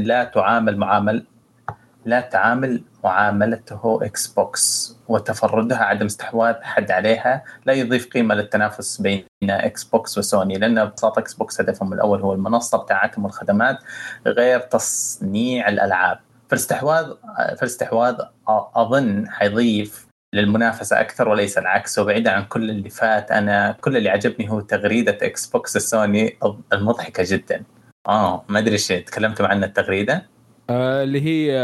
لا تعامل معاملته إكس بوكس، وتفردها عدم استحواذ حد عليها لا يضيف قيمة للتنافس بين إكس بوكس وسوني، لأن ببساطة إكس بوكس هدفهم الأول هو المنصة بتاعتهم والخدمات غير تصنيع الألعاب. فالاستحواذ أظن حيضيف للمنافسة أكثر وليس العكس. وبعيدا عن كل اللي فات، أنا كل اللي عجبني هو تغريدة إكس بوكس السوني المضحكة جدا. ما أدري إيش تكلمتم عن التغريدة اللي هي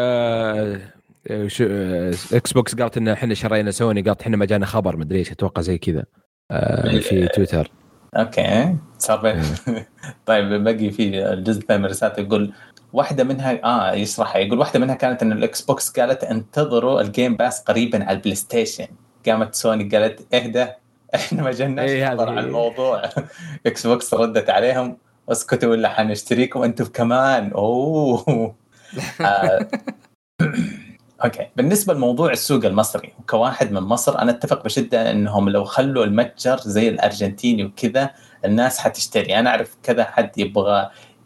اكس بوكس قالت ان احنا شرينا سوني، قالت احنا ما جانا خبر، ما ادري ايش، اتوقع زي كذا في تويتر. اوكي صار. طيب باقي في الجزء الثاني من الرسالة يقول واحدة منها يشرحها، يقول واحدة منها كانت ان الاكس بوكس قالت انتظروا الجيم باس قريبا على البلاي ستيشن، قامت سوني قالت اهدى احنا ما جناش خبر عن الموضوع. اكس بوكس ردت عليهم اسكتوا ولا حنشتريكم انتم كمان. اوكي. بالنسبه لموضوع السوق المصري، وكواحد من مصر انا اتفق بشده انهم لو خلوا المتجر زي الارجنتيني وكذا الناس حتشتري. انا اعرف كذا حد يبغى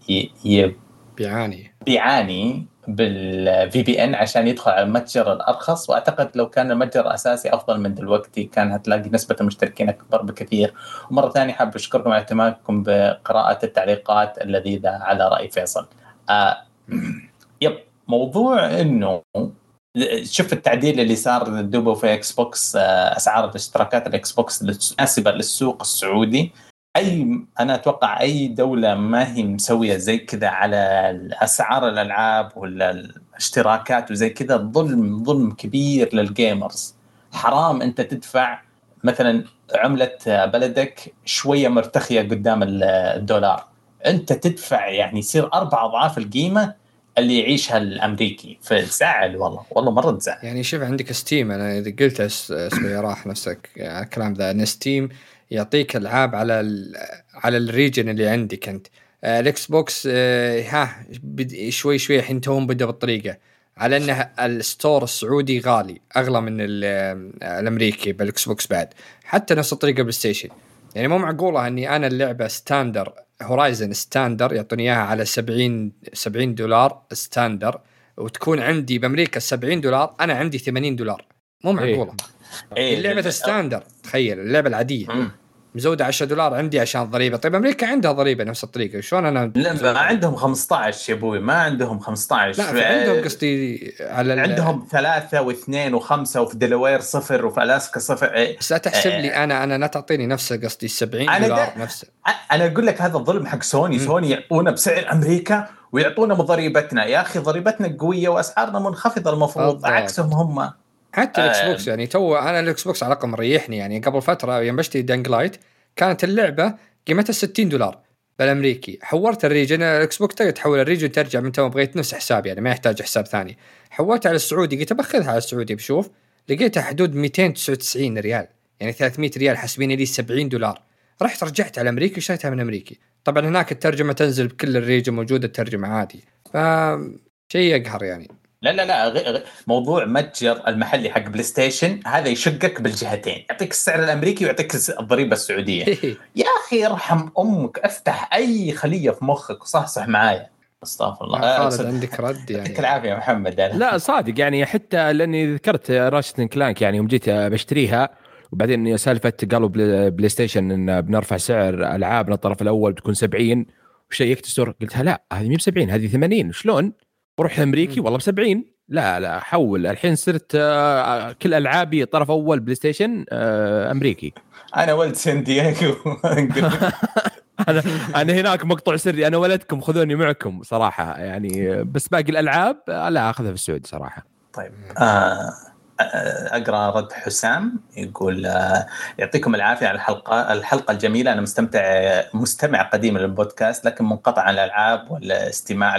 بيعاني بالفي بي ان عشان يدخل على المتجر الارخص، واعتقد لو كان المتجر اساسي افضل من دلوقتي كان هتلاقي نسبه المشتركين اكبر بكثير. ومره ثانيه حاب اشكركم على اهتمامكم بقراءه التعليقات اللذيذه على راي فيصل. يب موضوع انه شوف التعديل اللي صار دوبه في اكس بوكس، اسعار الاشتراكات الاكس بوكس مناسبه للسوق السعودي. انا اتوقع اي دوله ما هي مسويه زي كذا على اسعار الالعاب ولا الاشتراكات وزي كذا، ظلم كبير للجيمرز. حرام انت تدفع مثلا عمله بلدك شويه مرتخيه قدام الدولار، انت تدفع يعني يصير 4 أضعاف القيمه اللي يعيشها الامريكي. فزعل والله مره زعل. يعني شوف عندك ستيم، انا اذا قلت اسمه راح نفسك الكلام ذا، ان ستيم يعطيك العاب على الريجن اللي عندك انت. الاكس بوكس شوي الحين توهم بدا بالطريقه، على انه الستور السعودي غالي اغلى من الامريكي بالاكس بوكس بعد، حتى نفس الطريقه بلاي ستيشن. يعني مو معقوله اني انا اللعبه ستاندر هورايزن ستاندر يعطوني اياها على $70 ستاندر، وتكون عندي بامريكا $70 انا عندي $80. مو معقوله. اللعبه ستاندر، تخيل اللعبه العاديه مزوده $10 عندي عشان ضريبه. طيب امريكا عندها ضريبه نفس الطريقه، شلون انا؟ لا ما عندهم 15 يا ابوي، ما عندهم 15. لا عندهم قصدي على عندهم 3 و2 و5، وفي دلوير 0 وفي الاسكا 0. بس لا تحسب لي انا لا تعطيني نفسه، قصدي $70 نفسه. انا اقول لك هذا الظلم حق سوني. سوني يعطونا بسعر امريكا ويعطونا بضريبتنا. يا اخي ضريبتنا قويه واسعارنا منخفضه، المفروض عكسهم هم. حتى الاكس بوكس يعني انا الاكس بوكس على الاقل مريحني. يعني قبل فتره يوم بشتري دانج لايت كانت اللعبه قيمتها $60 بالامريكي. حورت الريجن، الاكس بوكس تقدر تحول الريجن ترجع من تو، بغيت نفس حساب يعني ما يحتاج حساب ثاني. حولت على السعودي، قلت باخذها على السعودي بشوف، لقيتها حدود $299 يعني $300 حاسبين لي $70. رحت رجعت على امريكا وشريتها من امريكي. طبعا هناك الترجمه تنزل بكل الريجن موجوده الترجمه عادي، فشيء يقهر يعني. لا موضوع متجر المحلي حق بلاي ستيشن هذا يشقك بالجهتين، يعطيك السعر الامريكي ويعطيك الضريبه السعوديه. يا اخي ارحم امك، افتح اي خليه في مخك وصحصح معايا. استغفر الله. خالد عندك رد يعني؟ يعطيك العافيه يا محمد. لا صادق يعني، حتى لاني ذكرت راشد كلانك يعني يوم جيت بشتريها، وبعدين سالفه قالوا بلاي ستيشن ان بنرفع سعر العابنا الطرف الاول بتكون 70 وشيكت السور، قلتها لا هذه مي ب70 هذه 80. شلون بروح الامريكي والله ب70؟ لا حول الحين صرت كل العابي طرف اول بلاي ستيشن امريكي. انا ولد سان دييغو. انا هناك مقطوع سري، انا ولدكم خذوني معكم صراحه يعني، بس باقي الالعاب لا اخذها في السعودي صراحه. طيب اقرا رد حسام يقول يعطيكم العافيه على الحلقه الجميله. انا مستمع قديم للبودكاست لكن منقطع عن الالعاب والاستماع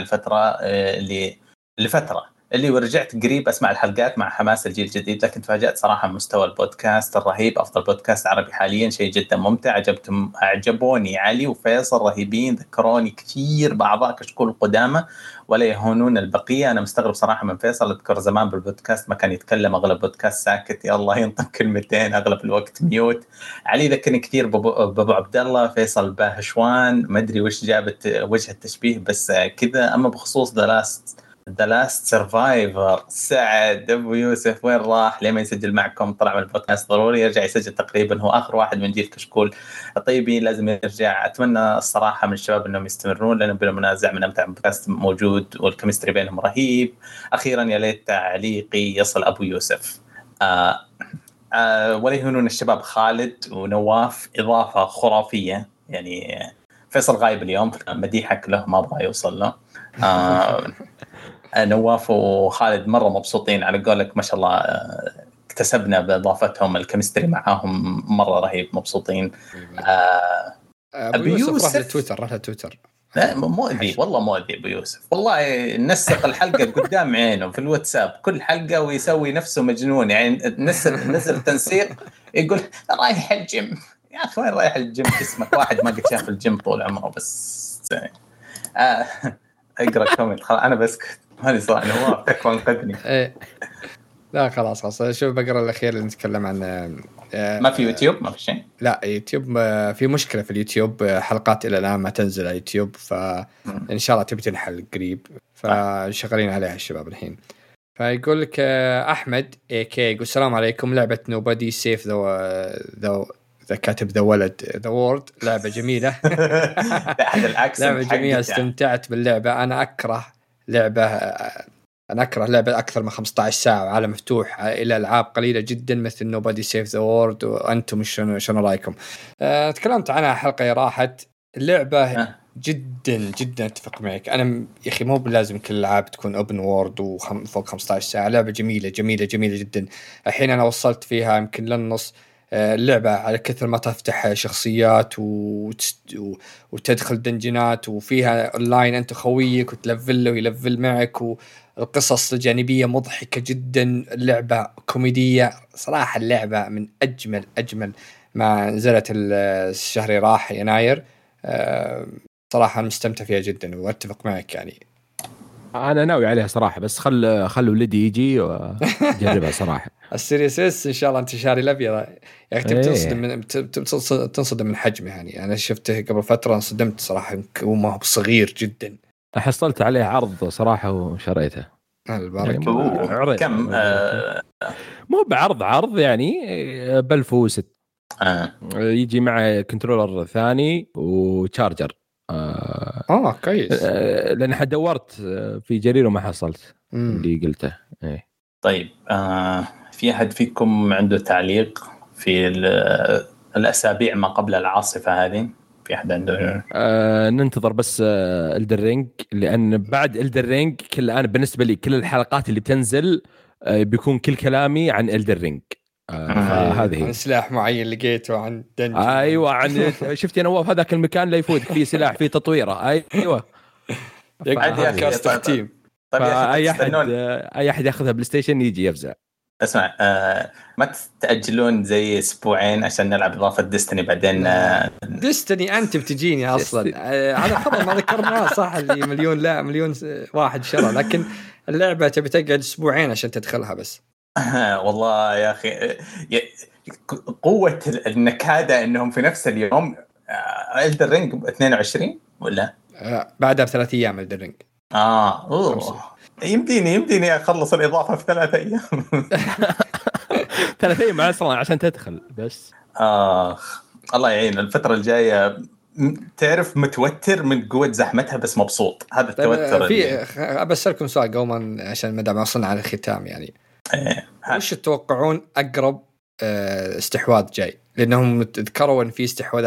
لفتره اللي ورجعت قريب اسمع الحلقات مع حماس الجيل الجديد، لكن تفاجأت صراحه من مستوى البودكاست الرهيب. افضل بودكاست عربي حاليا، شيء جدا ممتع. اعجبوني علي وفيصل رهيبين، ذكروني كثير باعضاء كشكول قدامى ولا يهونون البقيه. انا مستغرب صراحه من فيصل، اذكر زمان بالبودكاست ما كان يتكلم، اغلب بودكاست ساكت، يا الله ينطق كلمتين اغلب الوقت ميوت. علي ذكرني كثير بابو عبد الله. فيصل باهشوان، ما ادري وش جابت وجه التشبيه بس كذا. اما بخصوص The Last Survivor، سعد أبو يوسف وين راح؟ ليه ما يسجل معكم؟ طلع من البودكاست، ضروري يرجع يسجل. تقريبا هو آخر واحد من جيل كشكول الطيبين، لازم يرجع. أتمنى الصراحة من الشباب أنهم يستمرون، لأنه بلا منازع من أمتع البودكاست موجود والكيمستري بينهم رهيب. أخيرا يا ليت تعليقي يصل أبو يوسف. ولا يهونون الشباب خالد ونواف، إضافة خرافية يعني. فيصل غايب اليوم، مديحك له ما أبغى يوصل له. نواف وخالد مرة مبسوطين على قولك، ما شاء الله اكتسبنا بإضافتهم، الكيمستري معاهم مرة رهيب، مبسوطين. أبو يوسف راح لتويتر لا مؤذي والله، مؤذي أبو يوسف والله. نسق الحلقة قدام عينه في الواتساب كل حلقة ويسوي نفسه مجنون يعني. نزل تنسيق يقول رايح الجيم. يا أخي وين رايح الجيم؟ جسمك واحد ما قد شاف الجيم طول عمره. بس اقرأ كومنت خلاص أنا بسكت، هذه صح نواف تكفى انقذني. لا خلاص شوف بقرأ الأخير اللي نتكلم عن ما في يوتيوب، ما في شيء. لا يوتيوب في مشكلة في اليوتيوب، حلقات إلى الآن ما تنزل على يوتيوب، فإن شاء الله تبي تنحل قريب، فشغالين عليها الشباب الحين. فيقول لك أحمد AK يقول السلام عليكم، لعبة Nobody Save the كاتب ذا ولد ذا وورد لعبة جميلة. لعبة جميلة، استمتعت باللعبة. أنا أكره لعبة أكثر من 15 ساعة وعالم مفتوح إلى ألعاب قليلة جدا مثل Nobody Save the World. وأنتم شنو رأيكم؟ تكلمت عنها حلقة راحت. اللعبة جدا جدا اتفق معك أنا يا أخي، مو بلازم كل الألعاب تكون أوبن وورد وفوق 15 ساعة. لعبة جميلة جميلة جميلة جدا. الحين أنا وصلت فيها يمكن للنص. اللعبة على كثر ما تفتح شخصيات وتدخل دنجنات، وفيها أونلاين أنت خويك وتلفل له ويلفل معك، والقصص الجانبية مضحكة جدا. اللعبة كوميدية صراحة. اللعبة من أجمل ما نزلت الشهر راح يناير. صراحة مستمتع فيها جدا وأتفق معك يعني. أنا ناوي عليها صراحة، بس خل ولدي يجي وجربها صراحة. السيريس إن شاء الله انتشاري الأبيض يا أخي. تنصدم من حجمه يعني. أنا شفته قبل فترة انصدمت صراحة، وما هو صغير جدا. حصلت عليه عرض صراحة وشريته. يعني كم مو بعرض يعني بلفوس. يجي مع كنترولر ثاني وشارجر. كويس. لأن حد دورت في جرير وما حصلت اللي قلته. طيب في أحد فيكم عنده تعليق في الأسابيع ما قبل العاصفة هذه؟ في أحد عنده؟ ننتظر بس إلدر رينج، لأن بعد إلدر رينج الآن بالنسبة لي كل الحلقات اللي بتنزل بيكون كل كلامي عن إلدر رينج. هذه عن سلاح معين لقيته، عن دنجن. أيوة، عن شفت يا نواف هذاك المكان لا يفوتك فيه سلاح فيه تطويرة. أيوة تختيم. طيب أي أحد يأخذها بلاي ستيشن يجي يفزع. اسمع ما تتأجلون زي أسبوعين عشان نلعب إضافة ديستني بعدين؟ ديستني أنت بتجيني أصلا هذا خبر ما ذكرناه صح، اللي مليون واحد شرى، لكن اللعبة تبي تقعد أسبوعين عشان تدخلها بس. والله يا أخي قوة النكادة إنهم في نفس اليوم. إلدر رينج 22 ولا بعدها ب3 أيام إلدر رينج. يمديني أخلص الإضافة في 3 أيام. 3 أيام أصلا عشان تدخل بس. الله يعين. الفترة الجاية تعرف متوتر من قوة زحمتها بس مبسوط. هذا التوتر. أبسألكم سؤال قوما عشان مدام وصلنا على الختام يعني. وش تتوقعون أقرب استحواذ جاي؟ لأنهم ذكروا أن في استحواذات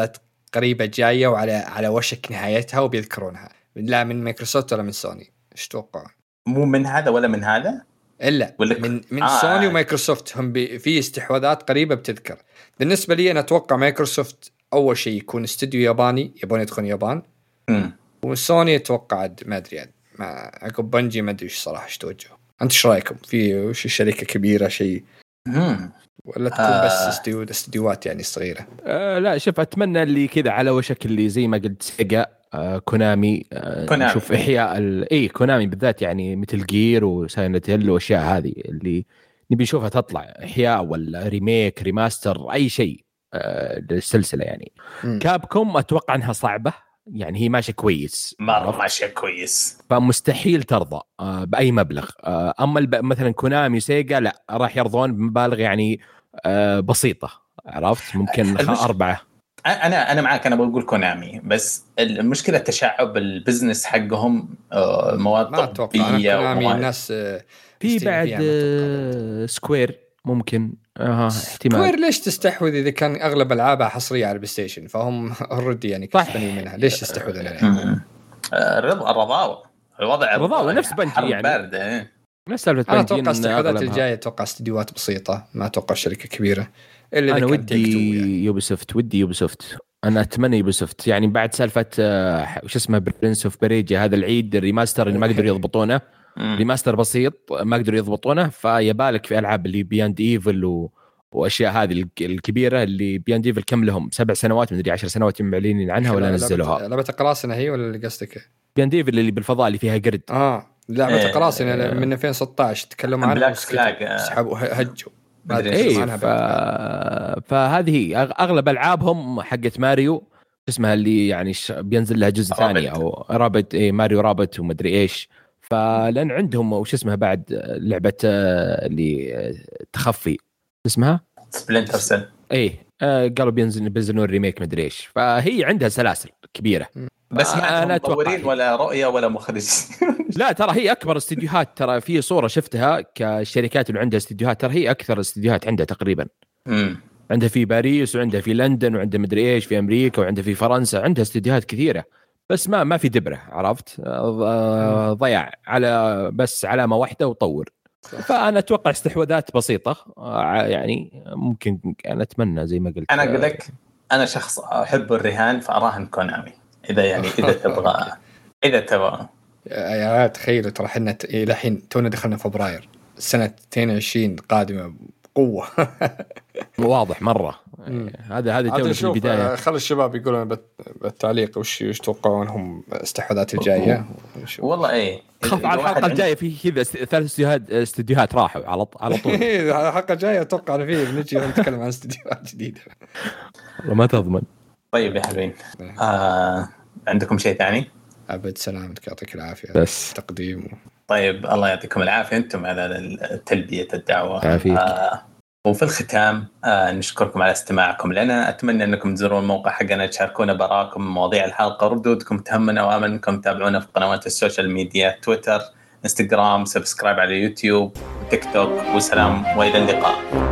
قريبة جاية وعلى وشك نهايتها وبيذكرونها، لا من مايكروسوفت ولا من سوني؟ ايش توقع؟ مو من هذا ولا من هذا، إلا من سوني ومايكروسوفت هم في استحواذات قريبة بتذكر. بالنسبة لي أنا أتوقع مايكروسوفت أول شيء يكون استوديو ياباني يبون يدخلون يابان، وسوني أتوقع ما أدري يعني ما عقب بنجي ما أدري إيش صراحة إيش توجهوا. أنت إيش رأيكم في وش شركة كبيرة شيء ولا تكون بس استديوهات يعني صغيرة؟ لا شوف أتمنى اللي كذا على وشك اللي زي ما قلت سيجا، كونامي، نشوف إحياء كونامي بالذات يعني مثل جير وسايلنت هيل وأشياء هذه اللي نبي نشوفها تطلع إحياء ولا ريميك ريماستر أي شيء للسلسلة يعني. كابكوم أتوقع أنها صعبة يعني، هي ماشي كويس مرة ماشي كويس، فمستحيل ترضى بأي مبلغ. أما مثلا كونامي سيجا لا راح يرضون بمبالغ يعني بسيطة، عرفت؟ ممكن 4. انا معاك، انا بقول كونامي، بس المشكله تشعب البزنس حقهم، مواد طبيه كونامي الناس في بعد سكوير ممكن احتمال. سكوير ليش تستحوذ اذا كان اغلب العابها حصريه على البلاي ستيشن، فهم اوريدي يعني كسبانين منها، ليش تستحوذ عليها؟ الرضاوه الرضاوه نفس بنجي يعني بارده نفس سالفه بنجي. انا اتوقع استحواذات الجايه اتوقع استديوهات بسيطه، ما اتوقع شركه كبيره الا انا ودي يعني. يوبيسوفت انا اتمنى يوبيسوفت يعني بعد سالفه وش اسمه برنس اوف بريجا هذا العيد الريماستر اللي ما قدروا يضبطونه، ريماستر بسيط ما قدروا يضبطونه، فيبالك في العاب اللي بياند ايفل واشياء هذه الكبيره اللي بياند ايفل كم لهم 7 سنوات مدري 10 سنوات معلنين عنها ولا نزلوها. لعبه قراصنة هي ولا اللي قصدك؟ بياند ايفل اللي بالفضاء اللي فيها قرد. لعبه قراصنة من 2016 تكلموا عنها سحبوا هجوا فهذه اغلب العابهم حقت ماريو اسمها اللي يعني بينزل لها جزء ثاني او رابط ماريو رابط ومدري ايش، فلان عندهم وش اسمها بعد لعبه اللي تخفي اسمها سبلنتر سيل قالوا بينزلون الريميك مدري ايش، فهي عندها سلاسل كبيره بس ما أنا مطورين ولا رؤية ولا مخرج. لا ترى هي أكبر استديوهات، ترى في صورة شفتها كشركات اللي عندها استديوهات، ترى هي أكثر استديوهات عندها تقريبا. عندها في باريس وعندها في لندن وعندها مدري إيش في أمريكا وعندها في فرنسا، عندها استديوهات كثيرة بس ما في دبرة، عرفت؟ ضياع على بس علامة واحدة وطور. فأنا أتوقع استحواذات بسيطة يعني ممكن، أنا أتمنى زي ما قلت. أنا أقول لك أنا شخص أحب الرهان فأراهن كونامي إذا تبغى يا تخيلوا ترى حنا إلى حين تونا دخلنا فبراير سنة 22 قادمة بقوة. واضح مرة. هذا تونا في البداية. خلي الشباب يقولون بالتعليق وش توقعونهم استحواذات الجاية. والله خاف على الحلقة الجاية في كذا 3 استديوهات راحوا على طول. الحلقة الجاية أتوقع فيه بنجي نتكلم عن استديوهات جديدة. والله ما تضمن. طيب يا حبيبين عندكم شيء ثاني؟ أبد سلامتك يعطيك العافية بس تقديم طيب الله يعطيكم العافية أنتم على تلبية الدعوة. وفي الختام نشكركم على استماعكم لنا. أتمنى أنكم تزورون الموقع حقنا تشاركونا براءكم مواضيع الحلقة، ردودكم تهمنا، وأمنكم تابعونا في قنوات السوشيال ميديا تويتر انستغرام، سبسكرايب على يوتيوب وتيك توك. وسلام وإلى اللقاء.